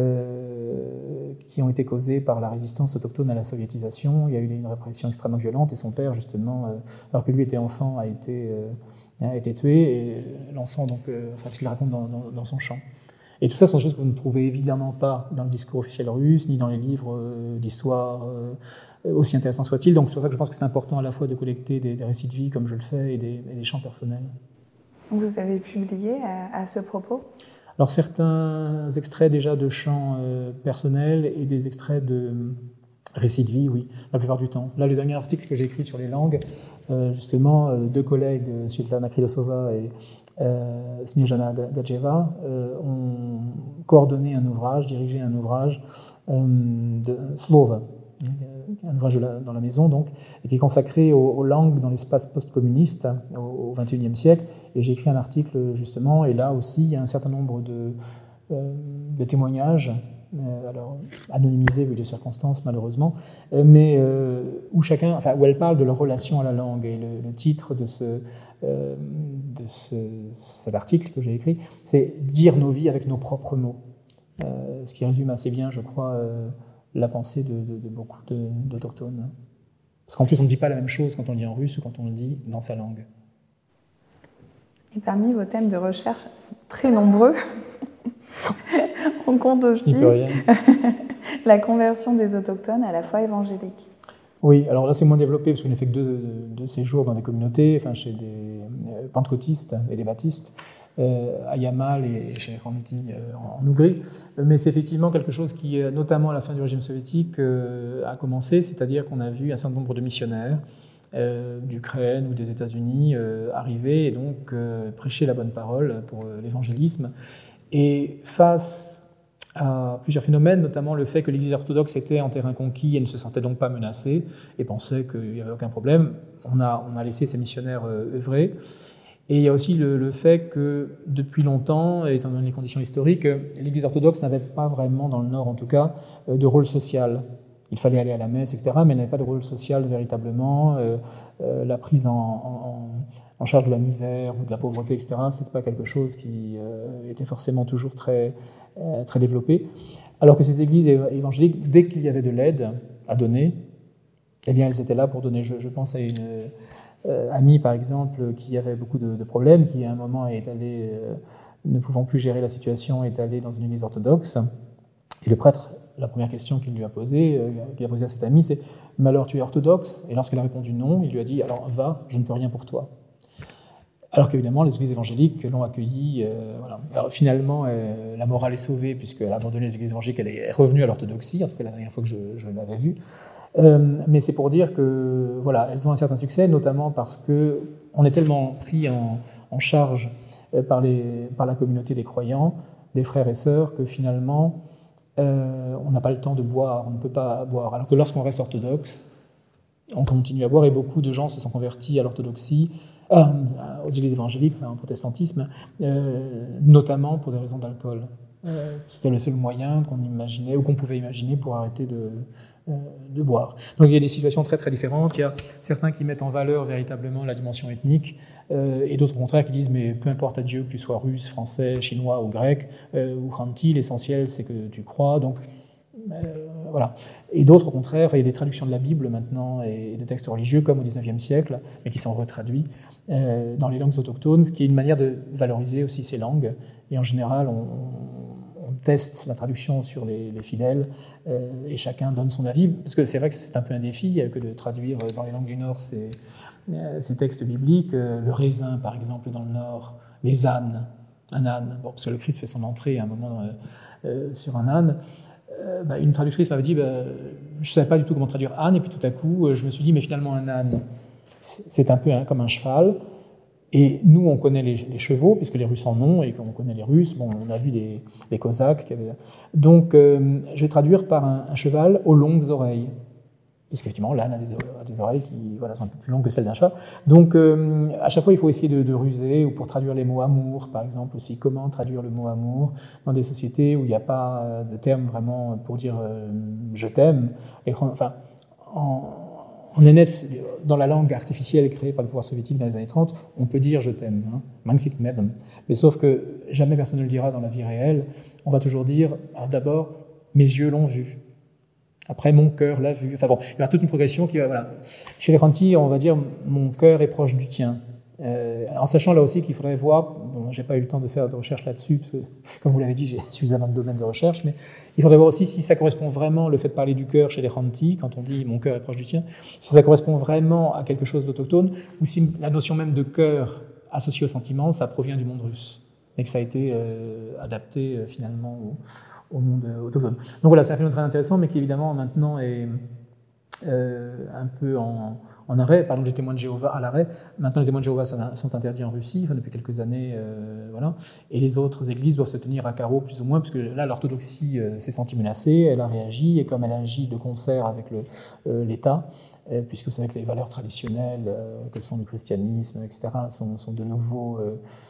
qui ont été causées par la résistance autochtone à la soviétisation. Il y a eu une répression extrêmement violente et son père, justement, alors que lui était enfant, a été tué. Et l'enfant, donc, ce qu'il raconte dans son chant. Et tout ça sont des choses que vous ne trouvez évidemment pas dans le discours officiel russe, ni dans les livres d'histoire, aussi intéressants soient-ils. Donc c'est pour ça que je pense que c'est important à la fois de collecter des récits de vie, comme je le fais, et des chants personnels. Vous avez publié à ce propos ? Alors certains extraits déjà de chants personnels et des extraits de récits de vie, oui, la plupart du temps. Là, le dernier article que j'ai écrit sur les langues, justement, deux collègues, Svetlana Krylosova et Snezhana Gadjeva, ont coordonné un ouvrage, dirigé un ouvrage de Slova, un ouvrage dans la maison, donc, et qui est consacré aux langues dans l'espace post-communiste au XXIe siècle. Et j'ai écrit un article, justement, et là aussi, il y a un certain nombre de témoignages, alors anonymisés vu les circonstances, malheureusement, mais où elle parle de leur relation à la langue. Et le titre de cet article que j'ai écrit, c'est « Dire nos vies avec nos propres mots », ce qui résume assez bien, je crois, la pensée de beaucoup d'autochtones. Parce qu'en plus, on ne dit pas la même chose quand on le dit en russe ou quand on le dit dans sa langue. Et parmi vos thèmes de recherche très nombreux, on compte aussi la conversion des autochtones à la foi évangélique. Oui, alors là c'est moins développé parce qu'on n'a fait que deux séjours dans des communautés, chez des pentecôtistes et des baptistes, à Yamal et chez Ranti en Ougrie. Mais c'est effectivement quelque chose qui, notamment à la fin du régime soviétique, a commencé, c'est-à-dire qu'on a vu un certain nombre de missionnaires d'Ukraine ou des États-Unis arriver et donc prêcher la bonne parole pour l'évangélisme. Et face à plusieurs phénomènes, notamment le fait que l'Église orthodoxe était en terrain conquis et ne se sentait donc pas menacée et pensait qu'il n'y avait aucun problème, on a laissé ces missionnaires œuvrer. Et il y a aussi le fait que depuis longtemps, étant donné les conditions historiques, l'Église orthodoxe n'avait pas vraiment, dans le Nord en tout cas, de rôle social. Il fallait aller à la messe, etc., mais elle n'avait pas de rôle social véritablement. La prise en charge de la misère ou de la pauvreté, etc., ce n'était pas quelque chose qui était forcément toujours très, très développé. Alors que ces églises évangéliques, dès qu'il y avait de l'aide à donner, eh bien, elles étaient là pour donner. Je pense à une amie, par exemple, qui avait beaucoup de problèmes, qui à un moment est allée, ne pouvant plus gérer la situation, est allée dans une église orthodoxe. Et le prêtre, la première question qu'il a posée à cette amie, c'est « Mais alors, tu es orthodoxe ?» Et lorsqu'elle a répondu non, il lui a dit « Alors, va, je ne peux rien pour toi. » Alors qu'évidemment, les églises évangéliques l'ont accueillie. Voilà. Alors finalement, la morale est sauvée, puisqu'elle a abandonné les églises évangéliques, elle est revenue à l'orthodoxie, en tout cas la dernière fois que je l'avais vue. Mais c'est pour dire que voilà, elles ont un certain succès, notamment parce qu'on est tellement pris en charge par la communauté des croyants, des frères et sœurs que finalement, on n'a pas le temps de boire, on ne peut pas boire. Alors que lorsqu'on reste orthodoxe, on continue à boire et beaucoup de gens se sont convertis à l'orthodoxie, aux églises évangéliques, enfin, au protestantisme, notamment pour des raisons d'alcool. C'était le seul moyen qu'on imaginait ou qu'on pouvait imaginer pour arrêter de boire. Donc il y a des situations très très différentes. Il y a certains qui mettent en valeur véritablement la dimension ethnique et d'autres au contraire qui disent mais peu importe à Dieu que tu sois russe, français, chinois ou grec ou khanti, l'essentiel c'est que tu crois. Donc voilà. Et d'autres au contraire, il y a des traductions de la Bible maintenant et de textes religieux comme au XIXe siècle, mais qui sont retraduits dans les langues autochtones, ce qui est une manière de valoriser aussi ces langues. Et en général, on teste la traduction sur les fidèles et chacun donne son avis, parce que c'est vrai que c'est un peu un défi que de traduire dans les langues du Nord ces textes bibliques. Le raisin, par exemple, dans le Nord, les ânes, un âne, bon, parce que le Christ fait son entrée à un moment sur un âne. Une traductrice m'avait dit je ne savais pas du tout comment traduire âne, et puis tout à coup, je me suis dit mais finalement un âne, c'est un peu comme un cheval. Et nous, on connaît les chevaux, puisque les Russes en ont, et qu'on connaît les Russes. Bon, on a vu les Cosaques. Donc, je vais traduire par un cheval aux longues oreilles. Parce qu'effectivement, l'âne a des oreilles qui sont un peu plus longues que celles d'un cheval. Donc, à chaque fois, il faut essayer de ruser, ou pour traduire les mots amour, par exemple, aussi. Comment traduire le mot amour dans des sociétés où il n'y a pas de terme vraiment pour dire je t'aime. On est net dans la langue artificielle créée par le pouvoir soviétique dans les années 30, on peut dire je t'aime, Mangsit Medem. Mais sauf que jamais personne ne le dira dans la vie réelle. On va toujours dire, d'abord, mes yeux l'ont vu. Après, mon cœur l'a vu. Enfin bon, il y a toute une progression qui va, voilà. Chez les Khanti, on va dire, mon cœur est proche du tien. En sachant là aussi qu'il faudrait voir, bon, j'ai pas eu le temps de faire de recherche là-dessus, parce que, comme vous l'avez dit, j'ai suffisamment de domaines de recherche, mais il faudrait voir aussi si ça correspond vraiment, le fait de parler du cœur chez les Khanti, quand on dit mon cœur est proche du tien, si ça correspond vraiment à quelque chose d'autochtone, ou si la notion même de cœur associée au sentiment, ça provient du monde russe, et que ça a été adapté finalement au monde autochtone. Donc voilà, c'est un phénomène très intéressant, mais qui évidemment maintenant est un peu en arrêt. Par exemple, les témoins de Jéhovah à l'arrêt. Maintenant, les témoins de Jéhovah sont interdits en Russie, depuis quelques années, voilà. Et les autres églises doivent se tenir à carreau, plus ou moins, parce que là, l'orthodoxie s'est sentie menacée, elle a réagi, et comme elle agit de concert avec l'État, puisque vous savez que les valeurs traditionnelles, que sont le christianisme, etc., sont de nouveau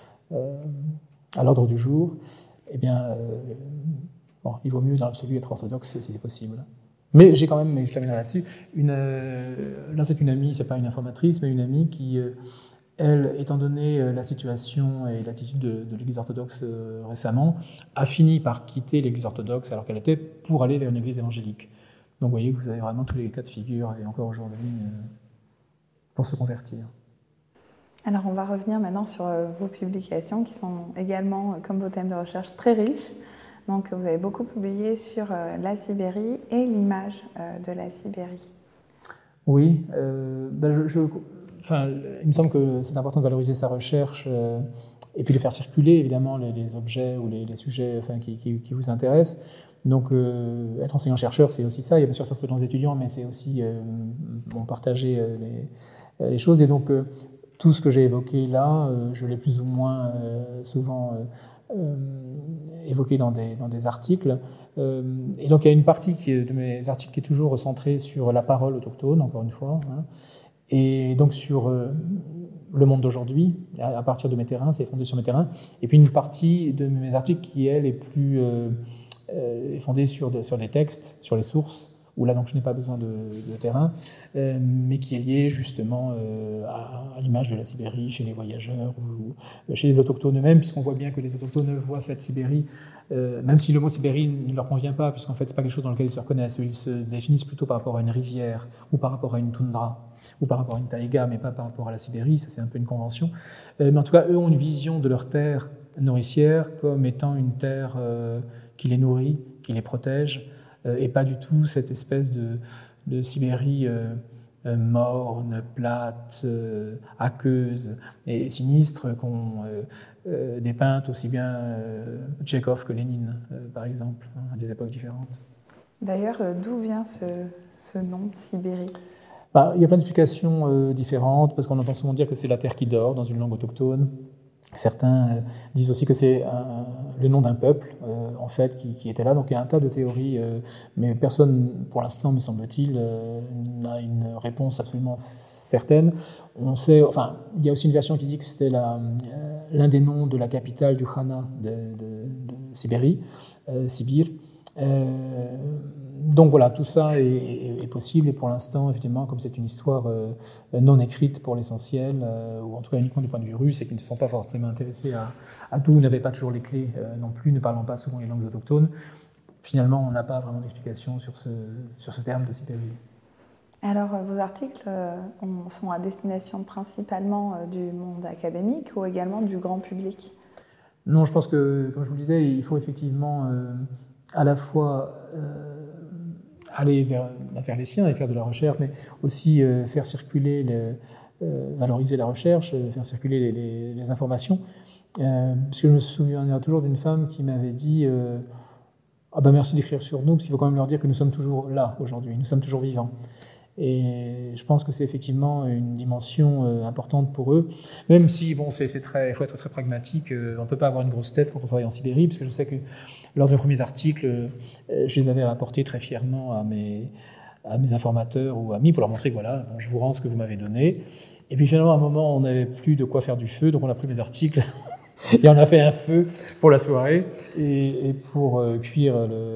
à l'ordre du jour, eh bien, il vaut mieux dans l'absolu être orthodoxe si c'est possible. Mais j'ai quand même, mais je terminerai là-dessus, là c'est une amie, c'est pas une informatrice, mais une amie qui, elle, étant donné la situation et l'attitude de l'Église orthodoxe récemment, a fini par quitter l'Église orthodoxe alors qu'elle était pour aller vers une Église évangélique. Donc vous voyez que vous avez vraiment tous les cas de figure, et encore aujourd'hui, pour se convertir. Alors on va revenir maintenant sur vos publications qui sont également, comme vos thèmes de recherche, très riches. Donc vous avez beaucoup publié sur la Sibérie et l'image de la Sibérie. Oui, il me semble que c'est important de valoriser sa recherche et puis de faire circuler évidemment les objets ou les sujets qui vous intéressent. Donc être enseignant-chercheur, c'est aussi ça. Il y a bien sûr surtout dans les étudiants, mais c'est aussi partager les choses. Et donc tout ce que j'ai évoqué là, je l'ai plus ou moins souvent évoqué dans des articles. Et donc il y a une partie de mes articles qui est toujours recentrée sur la parole autochtone, encore une fois, et donc sur le monde d'aujourd'hui, à partir de mes terrains, c'est fondé sur mes terrains. Et puis une partie de mes articles qui, elle, est plus fondée sur des textes, sur les sources, où là donc je n'ai pas besoin de terrain, mais qui est lié justement à l'image de la Sibérie chez les voyageurs ou chez les autochtones eux-mêmes, puisqu'on voit bien que les autochtones voient cette Sibérie, même si le mot Sibérie ne leur convient pas, puisqu'en fait c'est pas quelque chose dans lequel ils se reconnaissent, ils se définissent plutôt par rapport à une rivière, ou par rapport à une toundra, ou par rapport à une taïga, mais pas par rapport à la Sibérie, ça c'est un peu une convention. Mais en tout cas, eux ont une vision de leur terre nourricière comme étant une terre qui les nourrit, qui les protège, et pas du tout cette espèce de Sibérie morne, plate, aqueuse et sinistre qu'ont dépeint aussi bien Tchekhov que Lénine, par exemple, à des époques différentes. D'ailleurs, d'où vient ce nom, Sibérie ? Il y a plein d'explications différentes, parce qu'on entend souvent dire que c'est la terre qui dort dans une langue autochtone. Certains disent aussi que c'est le nom d'un peuple, en fait, qui était là. Donc il y a un tas de théories, mais personne, pour l'instant, me semble-t-il, n'a une réponse absolument certaine. On sait, enfin, il y a aussi une version qui dit que c'était l'un des noms de la capitale du Khanat de Sibérie, Sibir. Donc voilà, tout ça est possible, et pour l'instant, effectivement, comme c'est une histoire non écrite pour l'essentiel, ou en tout cas uniquement du point de vue russe, et qui ne sont pas forcément intéressés à tout, n'avaient pas toujours les clés non plus, ne parlant pas souvent les langues autochtones, finalement, on n'a pas vraiment d'explication sur ce terme de Sibérie. Alors, vos articles sont à destination principalement du monde académique ou également du grand public? Non, je pense que, comme je vous le disais, il faut effectivement à la fois aller vers les siens et faire de la recherche, mais aussi faire circuler, valoriser la recherche, faire circuler les informations. Parce que je me souviens toujours d'une femme qui m'avait dit ah ben merci d'écrire sur nous, parce qu'il faut quand même leur dire que nous sommes toujours là aujourd'hui, nous sommes toujours vivants. Et je pense que c'est effectivement une dimension importante pour eux, même si bon, il faut être très pragmatique, on ne peut pas avoir une grosse tête quand on travaille en Sibérie, parce que je sais que lors de mes premiers articles, je les avais rapportés très fièrement à mes informateurs ou amis pour leur montrer que voilà, bon, je vous rends ce que vous m'avez donné. Et puis finalement, à un moment, on n'avait plus de quoi faire du feu, donc on a pris mes articles et on a fait un feu pour la soirée et pour cuire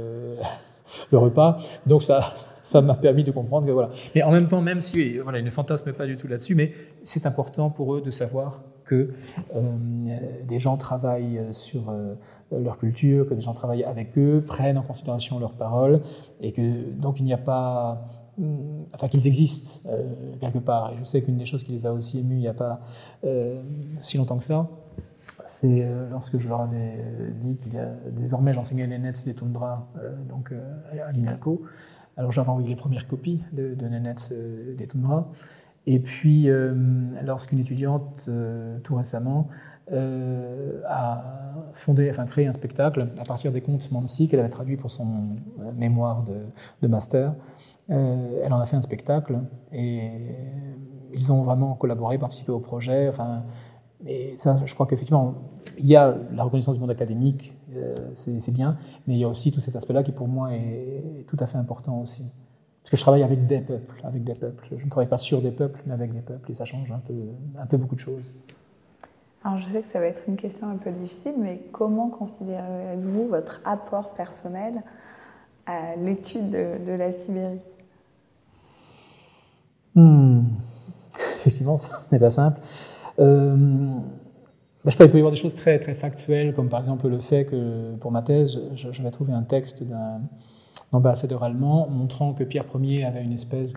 le repas. Donc ça m'a permis de comprendre que voilà. Mais en même temps, même si voilà, ils ne fantasment pas du tout là-dessus, mais c'est important pour eux de savoir que des gens travaillent sur leur culture, que des gens travaillent avec eux, prennent en considération leurs paroles, et que donc il n'y a pas, enfin qu'ils existent quelque part. Et je sais qu'une des choses qui les a aussi émus il n'y a pas si longtemps que ça, c'est lorsque je leur avais dit qu'il y a désormais j'enseignais les Nets des Toundra donc à l'INALCO. Alors j'avais envoyé les premières copies de Nets des Toundra. Et puis lorsqu'une étudiante tout récemment a créé un spectacle à partir des contes Mansi qu'elle avait traduit pour son mémoire de master, elle en a fait un spectacle et ils ont vraiment collaboré, participé au projet. Enfin, et ça, je crois qu'effectivement, il y a la reconnaissance du monde académique, c'est bien, mais il y a aussi tout cet aspect-là qui, pour moi, est tout à fait important aussi. Parce que je travaille avec des peuples. Je ne travaille pas sur des peuples, mais avec des peuples, et ça change un peu beaucoup de choses. Alors, je sais que ça va être une question un peu difficile, mais comment considérez-vous votre apport personnel à l'étude de la Sibérie? Effectivement, ce n'est pas simple. Je sais pas, il peut y avoir des choses très, très factuelles, comme par exemple le fait que, pour ma thèse, j'avais trouvé un texte d'un ambassadeur allemand montrant que Pierre Ier avait une espèce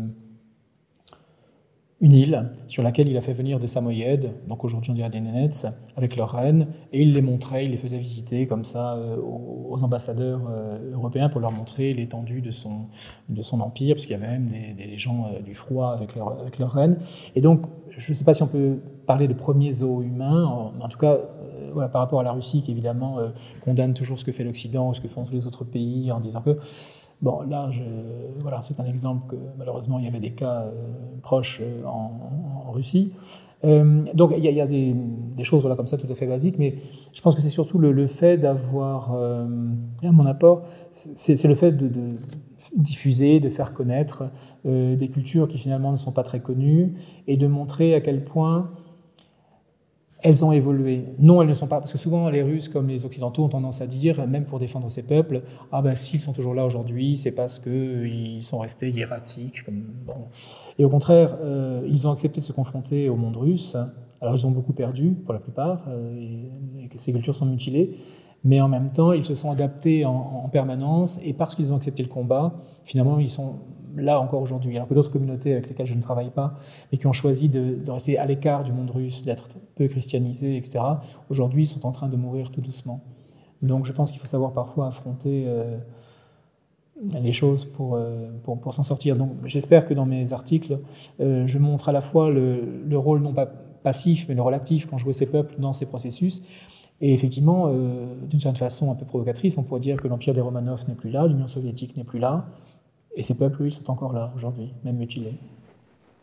une île sur laquelle il a fait venir des Samoyèdes, donc aujourd'hui on dirait des Nénètes, avec leurs reines, et il les montrait, il les faisait visiter comme ça aux ambassadeurs européens pour leur montrer l'étendue de son empire, parce qu'il y avait même des gens du froid avec leurs reines. Et donc, je ne sais pas si on peut parler de premiers zoos humains, en tout cas, voilà, par rapport à la Russie qui évidemment condamne toujours ce que fait l'Occident ou ce que font tous les autres pays en disant que bon, là, voilà, c'est un exemple que malheureusement il y avait des cas proches en Russie. Donc il y a des choses voilà, comme ça tout à fait basiques, mais je pense que c'est surtout le fait d'avoir, mon apport, c'est le fait de diffuser, de faire connaître des cultures qui finalement ne sont pas très connues, et de montrer à quel point elles ont évolué. Non, elles ne sont pas, parce que souvent les Russes comme les Occidentaux ont tendance à dire, même pour défendre ces peuples, ah ben s'ils sont toujours là aujourd'hui, c'est parce qu'ils sont restés hiératiques. Bon. Et au contraire, ils ont accepté de se confronter au monde russe. Alors ils ont beaucoup perdu, pour la plupart, et ces cultures sont mutilées, mais en même temps, ils se sont adaptés en permanence, et parce qu'ils ont accepté le combat, finalement, ils sont là encore aujourd'hui. Alors que d'autres communautés avec lesquelles je ne travaille pas, mais qui ont choisi de rester à l'écart du monde russe, d'être peu christianisés, etc., aujourd'hui sont en train de mourir tout doucement. Donc je pense qu'il faut savoir parfois affronter les choses pour s'en sortir. Donc j'espère que dans mes articles, je montre à la fois le rôle non pas passif, mais le rôle actif qu'ont joué ces peuples dans ces processus. Et effectivement, d'une certaine façon un peu provocatrice, on pourrait dire que l'empire des Romanov n'est plus là, l'Union soviétique n'est plus là, et ces peuples, ils sont encore là aujourd'hui, même mutilés.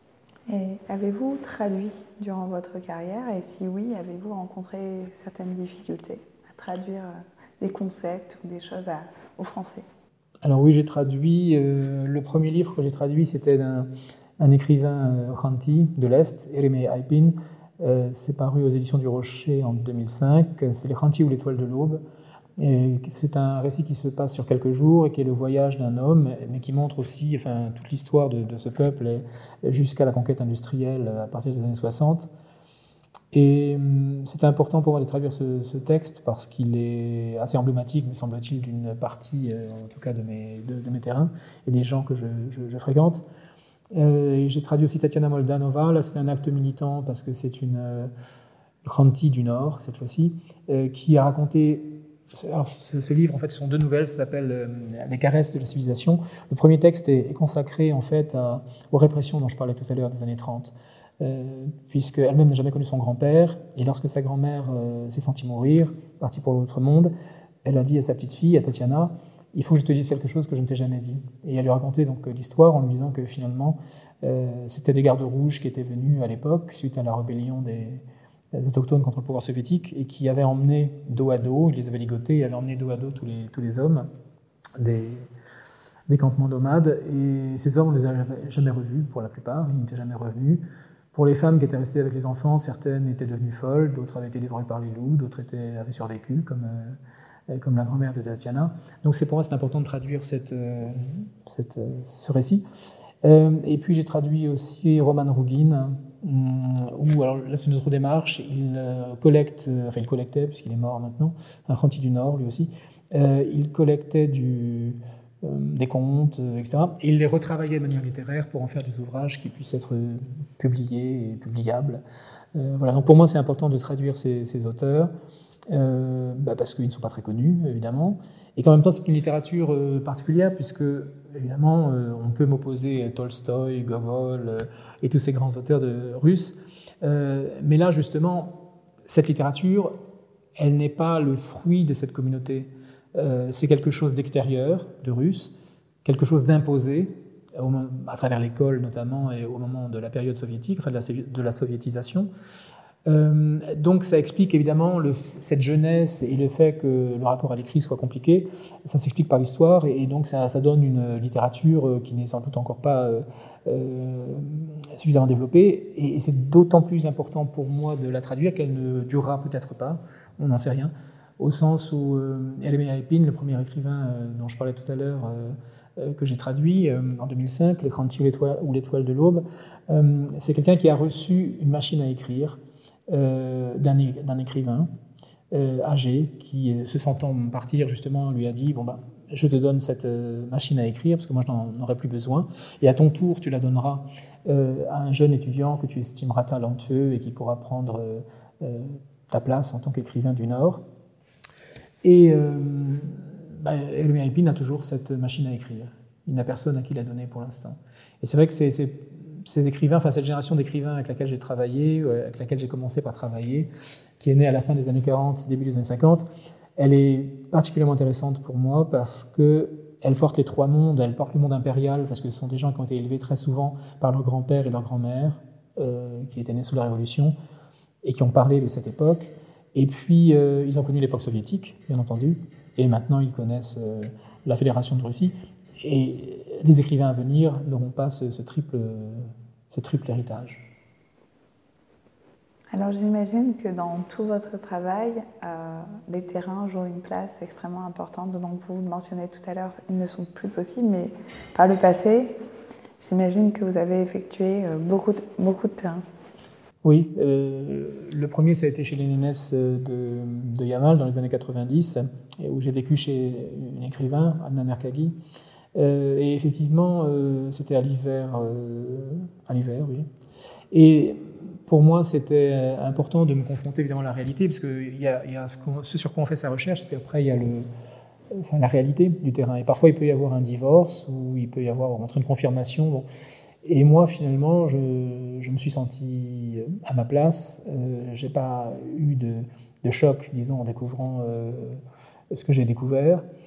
Et avez-vous traduit durant votre carrière? Et si oui, avez-vous rencontré certaines difficultés à traduire des concepts ou des choses au français? Alors oui, j'ai traduit. Le premier livre que j'ai traduit, c'était d'un écrivain Khanty de l'Est, Eremei Aipin. C'est paru aux éditions du Rocher en 2005. C'est les Khanty ou l'étoile de l'aube. C'est un récit qui se passe sur quelques jours et qui est le voyage d'un homme, mais qui montre aussi toute l'histoire de ce peuple jusqu'à la conquête industrielle à partir des années 60. Et c'était important pour moi de traduire ce texte parce qu'il est assez emblématique, me semble-t-il, d'une partie, en tout cas, de mes terrains et des gens que je fréquente. J'ai traduit aussi Tatiana Moldanova. Là, c'est un acte militant parce que c'est une Khanty du Nord, cette fois-ci, qui a raconté. Alors, ce livre, en fait, ce sont deux nouvelles, ça s'appelle Les caresses de la civilisation. Le premier texte est consacré, en fait, aux répressions dont je parlais tout à l'heure des années 30, puisqu'elle-même n'a jamais connu son grand-père, et lorsque sa grand-mère s'est sentie mourir, partie pour l'autre monde, elle a dit à sa petite fille, à Tatiana, « Il faut que je te dise quelque chose que je ne t'ai jamais dit ». Et elle lui a raconté donc l'histoire en lui disant que finalement, c'était des gardes rouges qui étaient venus à l'époque, suite à la rébellion des autochtones contre le pouvoir soviétique, et qui avaient emmené dos à dos, ils les avaient ligotés, et avaient emmené dos à dos tous les hommes des campements nomades. Et ces hommes, on ne les a jamais revus pour la plupart, ils n'étaient jamais revenus. Pour les femmes qui étaient restées avec les enfants, certaines étaient devenues folles, d'autres avaient été dévorées par les loups, d'autres avaient survécu, comme la grand-mère de Tatiana. Donc pour moi, c'est important de traduire ce récit. Et puis j'ai traduit aussi Roman Rougin, où, alors là c'est une autre démarche, il collectait, puisqu'il est mort maintenant, un Khanty du Nord lui aussi, il collectait des contes, etc. Et il les retravaillait de manière littéraire pour en faire des ouvrages qui puissent être publiés et publiables. Voilà. Donc pour moi c'est important de traduire ces auteurs, parce qu'ils ne sont pas très connus, évidemment, et qu'en même temps c'est une littérature particulière, puisque évidemment on peut m'opposer Tolstoï, Gogol et tous ces grands auteurs russes, mais là justement cette littérature, elle n'est pas le fruit de cette communauté. C'est quelque chose d'extérieur, de russe, quelque chose d'imposé, à travers l'école notamment, et au moment de la période soviétique, enfin de la soviétisation. Donc ça explique évidemment cette jeunesse et le fait que le rapport à l'écrit soit compliqué. Ça s'explique par l'histoire, et donc ça donne une littérature qui n'est sans doute encore pas suffisamment développée. Et c'est d'autant plus important pour moi de la traduire qu'elle ne durera peut-être pas, on n'en sait rien. Au sens où Eremei Aipin, le premier écrivain dont je parlais tout à l'heure, que j'ai traduit en 2005, Les Khanty ou l'étoile de l'aube, c'est quelqu'un qui a reçu une machine à écrire d'un écrivain âgé qui, se sentant partir, justement, lui a dit « Bon, je te donne cette machine à écrire, parce que moi, je n'en aurai plus besoin, et à ton tour, tu la donneras à un jeune étudiant que tu estimeras talentueux et qui pourra prendre ta place en tant qu'écrivain du Nord. » Et Eremei Aipin a toujours cette machine à écrire. Il n'a personne à qui la donner pour l'instant. Et c'est vrai que ces écrivains, cette génération d'écrivains avec laquelle j'ai travaillé, avec laquelle j'ai commencé par travailler, qui est née à la fin des années 40, début des années 50, elle est particulièrement intéressante pour moi parce qu'elle porte les trois mondes. Elle porte le monde impérial, parce que ce sont des gens qui ont été élevés très souvent par leur grand-père et leur grand-mère, qui étaient nés sous la Révolution, et qui ont parlé de cette époque. Et puis, ils ont connu l'époque soviétique, bien entendu, et maintenant ils connaissent la Fédération de Russie. Et les écrivains à venir n'auront pas ce triple héritage. Alors j'imagine que dans tout votre travail, les terrains jouent une place extrêmement importante. Donc vous le mentionnez tout à l'heure, ils ne sont plus possibles, mais par le passé, j'imagine que vous avez effectué beaucoup de terrains. Oui, le premier, ça a été chez les Nénès de Yamal dans les années 90, où j'ai vécu chez une écrivain, Anna Nerkagi. Et effectivement, c'était à l'hiver, oui. Et pour moi, c'était important de me confronter évidemment à la réalité, parce qu'il y a ce sur quoi on fait sa recherche, et puis après, il y a la réalité du terrain. Et parfois, il peut y avoir un divorce, ou il peut y avoir une confirmation. Bon. Et moi, finalement, je me suis senti à ma place. Je n'ai pas eu de choc, disons, en découvrant ce que j'ai découvert.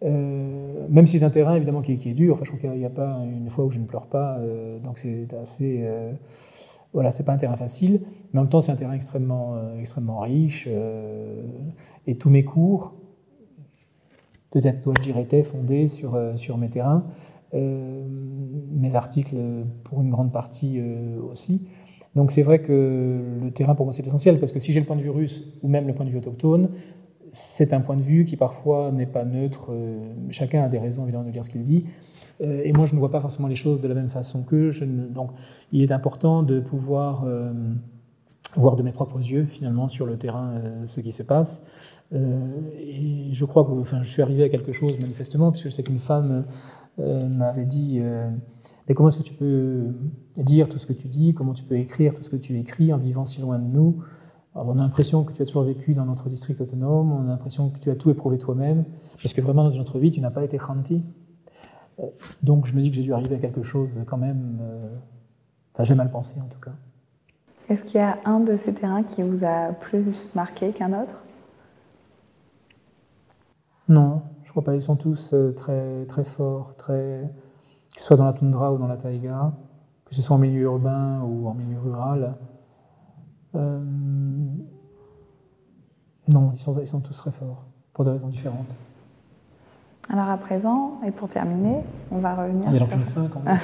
Même si c'est un terrain évidemment qui est dur, enfin, je crois qu'il n'y a pas une fois où je ne pleure pas, donc c'est assez... voilà, c'est pas un terrain facile, mais en même temps c'est un terrain extrêmement riche, et tous mes cours, peut-être dois-je dire, étaient fondés sur mes terrains, mes articles pour une grande partie aussi. Donc c'est vrai que le terrain pour moi c'est essentiel, parce que si j'ai le point de vue russe ou même le point de vue autochtone, c'est un point de vue qui parfois n'est pas neutre, chacun a des raisons évidemment de dire ce qu'il dit, et moi je ne vois pas forcément les choses de la même façon qu'eux, donc il est important de pouvoir voir de mes propres yeux finalement sur le terrain ce qui se passe, et je crois que je suis arrivé à quelque chose manifestement, puisque je sais qu'une femme m'avait dit mais comment est-ce que tu peux dire tout ce que tu dis, comment tu peux écrire tout ce que tu écris en vivant si loin de nous? Alors, on a l'impression que tu as toujours vécu dans notre district autonome, on a l'impression que tu as tout éprouvé toi-même, parce que vraiment dans une autre vie, tu n'as pas été khanti. Donc je me dis que j'ai dû arriver à quelque chose quand même, j'ai mal pensé en tout cas. Est-ce qu'il y a un de ces terrains qui vous a plus marqué qu'un autre? Non, je crois pas, ils sont tous très, très forts, que ce soit dans la toundra ou dans la taïga, que ce soit en milieu urbain ou en milieu rural. Non, ils sont tous très forts, pour des raisons différentes. Alors à présent, et pour terminer, on va revenir il y a sur... donc une fin quand même.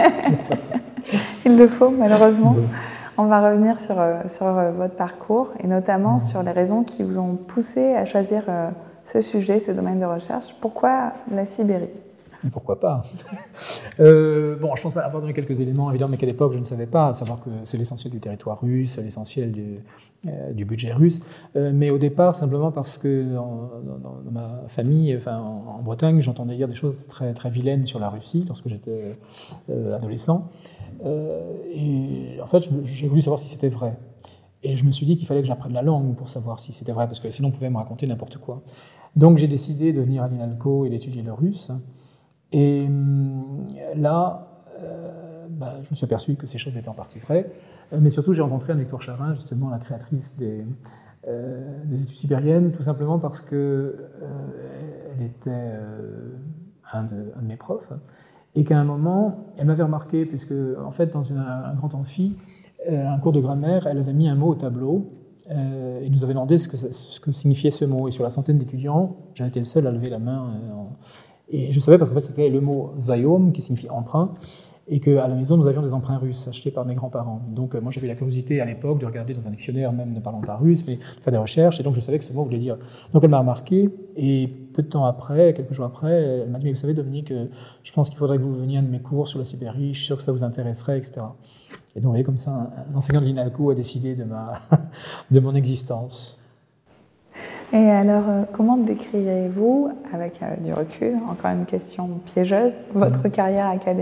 Il le faut, malheureusement. Oui. On va revenir sur votre parcours, et notamment sur les raisons qui vous ont poussé à choisir ce sujet, ce domaine de recherche. Pourquoi la Sibérie ? Pourquoi pas? Bon, je pense avoir donné quelques éléments, évidemment, mais qu'à l'époque, je ne savais pas, à savoir que c'est l'essentiel du territoire russe, l'essentiel du budget russe. Mais au départ, simplement parce que dans ma famille, en Bretagne, j'entendais dire des choses très, très vilaines sur la Russie lorsque j'étais adolescent. Et en fait, j'ai voulu savoir si c'était vrai. Et je me suis dit qu'il fallait que j'apprenne la langue pour savoir si c'était vrai, parce que sinon on pouvait me raconter n'importe quoi. Donc j'ai décidé de venir à l'INALCO et d'étudier le russe. Et là, je me suis aperçu que ces choses étaient en partie vraies, mais surtout j'ai rencontré Anne-Victoire Charin, justement la créatrice des études sibériennes, tout simplement parce qu'elle était un de mes profs, et qu'à un moment, elle m'avait remarqué, puisque en fait, dans un grand amphi, un cours de grammaire, elle avait mis un mot au tableau, et nous avait demandé ce que signifiait ce mot. Et sur la centaine d'étudiants, j'avais été le seul à lever la main. Et je savais parce qu'en fait, c'était le mot zayom, qui signifie emprunt, et qu'à la maison, nous avions des emprunts russes achetés par mes grands-parents. Donc moi, j'avais la curiosité à l'époque de regarder dans un dictionnaire, même ne parlant pas russe, mais de faire des recherches, et donc je savais que ce mot voulait dire. Donc elle m'a remarqué, et peu de temps après, quelques jours après, elle m'a dit, mais vous savez, Dominique, je pense qu'il faudrait que vous veniez à un de mes cours sur la Sibérie, je suis sûr que ça vous intéresserait, etc. Et donc, vous voyez, comme ça, un enseignant de l'INALCO a décidé de mon existence. Et alors, comment décririez-vous, avec du recul, encore une question piégeuse, votre carrière académique ?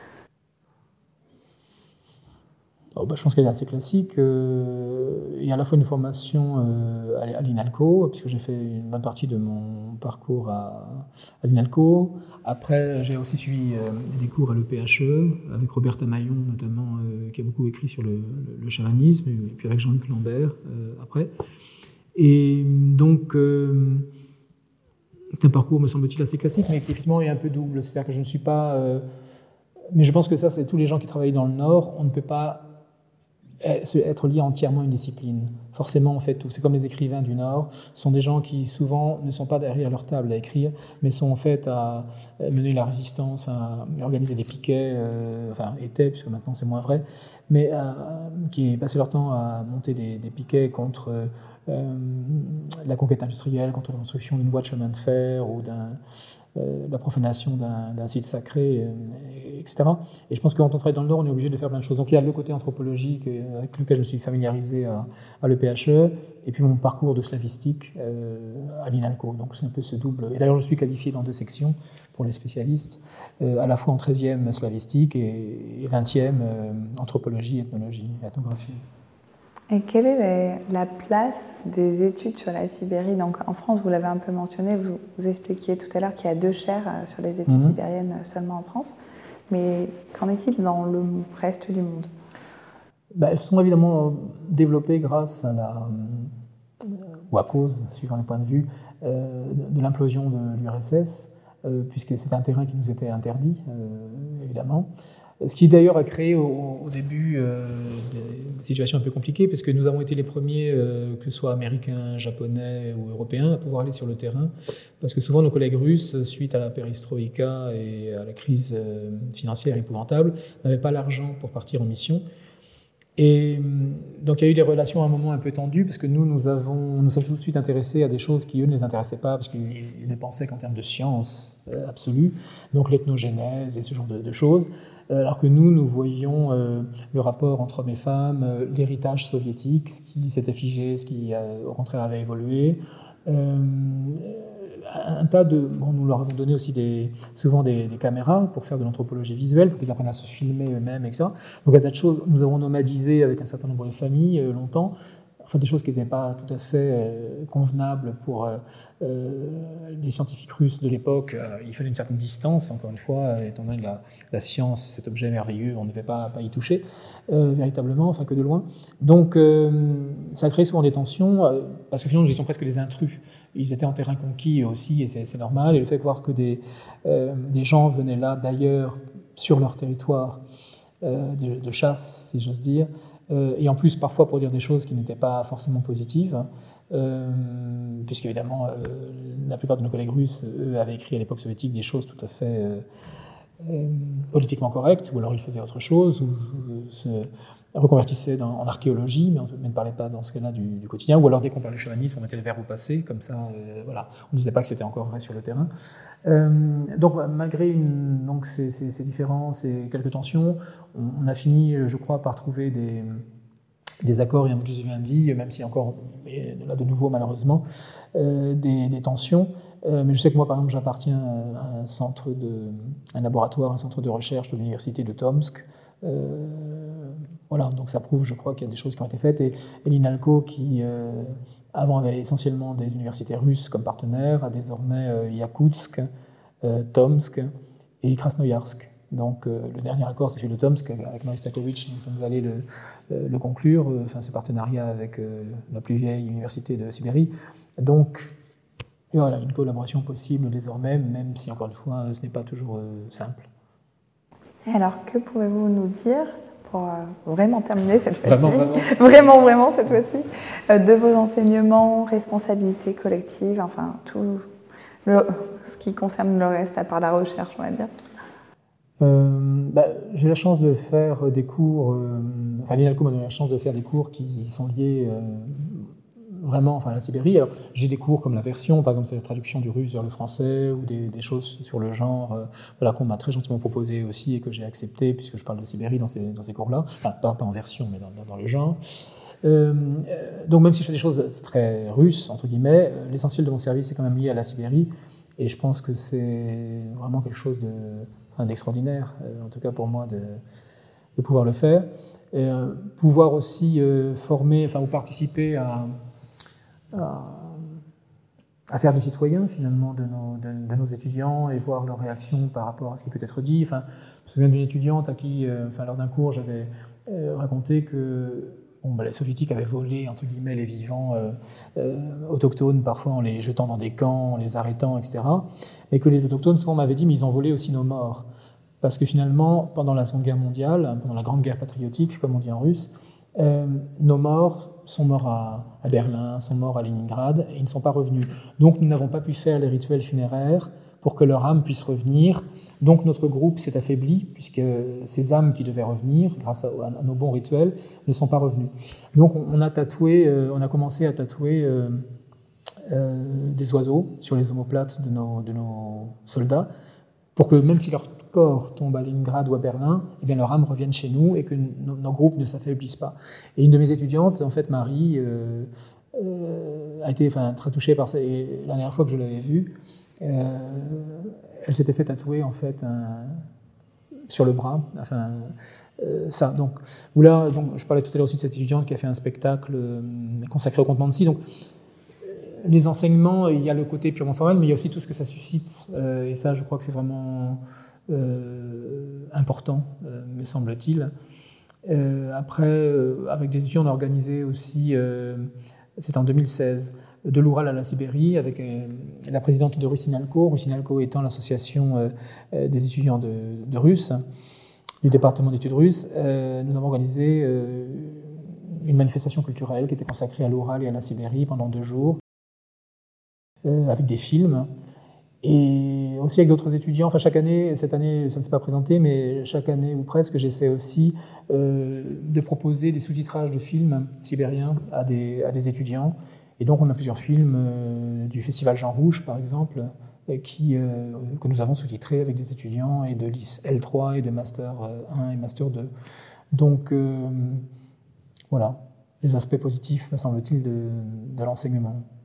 Je pense qu'elle est assez classique. Il y a à la fois une formation à l'INALCO, puisque j'ai fait une bonne partie de mon parcours à l'INALCO. Après, j'ai aussi suivi des cours à l'EPHE, avec Roberta Maillon notamment, qui a beaucoup écrit sur le chamanisme, et puis avec Jean-Luc Lambert après. Et donc, c'est un parcours, me semble-t-il, assez classique, mais qui effectivement est un peu double. C'est-à-dire que je ne suis pas... mais je pense que ça, c'est tous les gens qui travaillent dans le Nord, on ne peut pas être lié entièrement à une discipline. Forcément, en fait, tout. C'est comme les écrivains du Nord, ce sont des gens qui souvent ne sont pas derrière leur table à écrire, mais sont en fait à mener la résistance, à organiser des piquets, étaient, puisque maintenant c'est moins vrai, mais qui passaient leur temps à monter des piquets contre la conquête industrielle, contre la construction d'une voie de chemin de fer ou la profanation d'un site sacré, etc. Et je pense que quand on travaille dans le Nord, on est obligé de faire plein de choses. Donc il y a le côté anthropologique avec lequel je me suis familiarisé à l'EPHE, et puis mon parcours de slavistique à l'INALCO. Donc c'est un peu ce double. Et d'ailleurs, je suis qualifié dans 2 sections pour les spécialistes, à la fois en 13e slavistique et 20e anthropologie, ethnologie, ethnographie. Et quelle est la place des études sur la Sibérie ? Donc en France, vous l'avez un peu mentionné, vous expliquiez tout à l'heure qu'il y a 2 chaires sur les études sibériennes seulement en France. Mais qu'en est-il dans le reste du monde ? Elles sont évidemment développées grâce à ou à cause, suivant les points de vue, de l'implosion de l'URSS, puisque c'était un terrain qui nous était interdit, évidemment. Ce qui d'ailleurs a créé au début des situations un peu compliquées, parce que nous avons été les premiers, que ce soit américains, japonais ou européens, à pouvoir aller sur le terrain, parce que souvent nos collègues russes, suite à la perestroïka et à la crise financière épouvantable, n'avaient pas l'argent pour partir en mission. Et donc il y a eu des relations à un moment un peu tendues, parce que nous sommes tout de suite intéressés à des choses qui, eux, ne les intéressaient pas, parce qu'ils ne pensaient qu'en termes de science absolue, donc l'ethnogénèse et ce genre de choses, alors que nous voyions le rapport entre hommes et femmes, l'héritage soviétique, ce qui s'était figé, ce qui, au contraire, avait évolué. Un tas de... Bon, nous leur avons donné aussi souvent des caméras pour faire de l'anthropologie visuelle, pour qu'ils apprennent à se filmer eux-mêmes, etc. Donc un tas de choses. Nous avons nomadisé avec un certain nombre de familles longtemps, enfin des choses qui n'étaient pas tout à fait convenables pour les scientifiques russes de l'époque. Il fallait une certaine distance, encore une fois, étant donné la science, cet objet merveilleux, on ne devait pas y toucher véritablement, enfin que de loin. Donc ça a créé souvent des tensions, parce que finalement nous étions presque des intrus. Ils étaient en terrain conquis aussi, et c'est normal. Et le fait de voir que des gens venaient là d'ailleurs, sur leur territoire de chasse, si j'ose dire, et en plus parfois pour dire des choses qui n'étaient pas forcément positives, puisqu'évidemment la plupart de nos collègues russes, eux, avaient écrit à l'époque soviétique des choses tout à fait politiquement correctes, ou alors ils faisaient autre chose, ou se reconvertissaient en archéologie, mais on ne parlait pas dans ce cas-là du quotidien, ou alors dès qu'on parlait du chamanisme, on mettait le verbe au passé, comme ça, voilà, on ne disait pas que c'était encore vrai sur le terrain. Donc malgré donc, ces différences et quelques tensions, on a fini, je crois, par trouver des accords et un modus vivendi, même s'il y a encore, là de nouveau malheureusement, des tensions. Mais je sais que moi, par exemple, j'appartiens à un laboratoire, un centre de recherche de l'université de Tomsk. Voilà, donc ça prouve, je crois, qu'il y a des choses qui ont été faites. Et l'INALCO, qui avant avait essentiellement des universités russes comme partenaires, a désormais Yakoutsk, Tomsk et Krasnoyarsk. Donc le dernier accord, c'est celui de Tomsk, avec Marie Stakovitch, nous sommes allés le conclure, ce partenariat avec la plus vieille université de Sibérie. Donc voilà, une collaboration possible désormais, même si, encore une fois, ce n'est pas toujours simple. Alors, que pouvez-vous nous dire, pour vraiment terminer cette fois-ci, vraiment cette fois-ci, de vos enseignements, responsabilités collectives, enfin tout ce qui concerne le reste, à part la recherche, on va dire? J'ai la chance de faire des cours, l'INALCO m'a donné la chance de faire des cours qui sont liés vraiment à la Sibérie. Alors, j'ai des cours comme la version, par exemple, c'est la traduction du russe vers le français, ou des choses sur le genre, qu'on m'a très gentiment proposé aussi et que j'ai accepté, puisque je parle de Sibérie dans ces cours-là, enfin, pas en version, mais dans le genre. Donc même si je fais des choses très russes, entre guillemets, l'essentiel de mon service est quand même lié à la Sibérie, et je pense que c'est vraiment quelque chose d'extraordinaire, en tout cas pour moi, de pouvoir le faire. Et, pouvoir aussi former, ou participer à faire des citoyens, finalement, de nos étudiants, et voir leurs réactions par rapport à ce qui peut être dit. Je me souviens d'une étudiante à qui, lors d'un cours, j'avais raconté que les soviétiques avaient volé, entre guillemets, les vivants autochtones, parfois en les jetant dans des camps, en les arrêtant, etc. Et que les autochtones, souvent, m'avaient dit, mais ils ont volé aussi nos morts. Parce que finalement, pendant la Seconde Guerre mondiale, pendant la Grande Guerre patriotique, comme on dit en russe, nos morts sont morts à Berlin, sont morts à Leningrad, et ils ne sont pas revenus. Donc nous n'avons pas pu faire les rituels funéraires pour que leur âme puisse revenir. Donc notre groupe s'est affaibli, puisque ces âmes qui devaient revenir, grâce à nos bons rituels, ne sont pas revenues. Donc on a commencé à tatouer des oiseaux sur les omoplates de nos soldats, pour que même si leur corps tombe à Leningrad ou à Berlin, eh bien leur âme revienne chez nous et que nos groupes ne s'affaiblissent pas. Et une de mes étudiantes, en fait, Marie, a été très touchée par ça. Et la dernière fois que je l'avais vue, elle s'était fait tatouer en fait sur le bras. Donc je parlais tout à l'heure aussi de cette étudiante qui a fait un spectacle consacré au conte Mansi. Donc les enseignements, il y a le côté purement formel, mais il y a aussi tout ce que ça suscite. Et ça, je crois que c'est vraiment important, me semble-t-il. Après, avec des étudiants, on a organisé aussi, c'était en 2016, de l'Oural à la Sibérie avec la présidente de Russinalco, Russinalco étant l'association des étudiants de russe, du département d'études russes. Nous avons organisé une manifestation culturelle qui était consacrée à l'Oural et à la Sibérie pendant 2 jours, avec des films. Et aussi avec d'autres étudiants, enfin chaque année, cette année ça ne s'est pas présenté, mais chaque année ou presque, j'essaie aussi de proposer des sous-titrages de films sibériens à des étudiants. Et donc on a plusieurs films du Festival Jean Rouge, par exemple, que nous avons sous-titrés avec des étudiants et de LIS L3 et de Master 1 et Master 2. Donc voilà, les aspects positifs, me semble-t-il, de l'enseignement.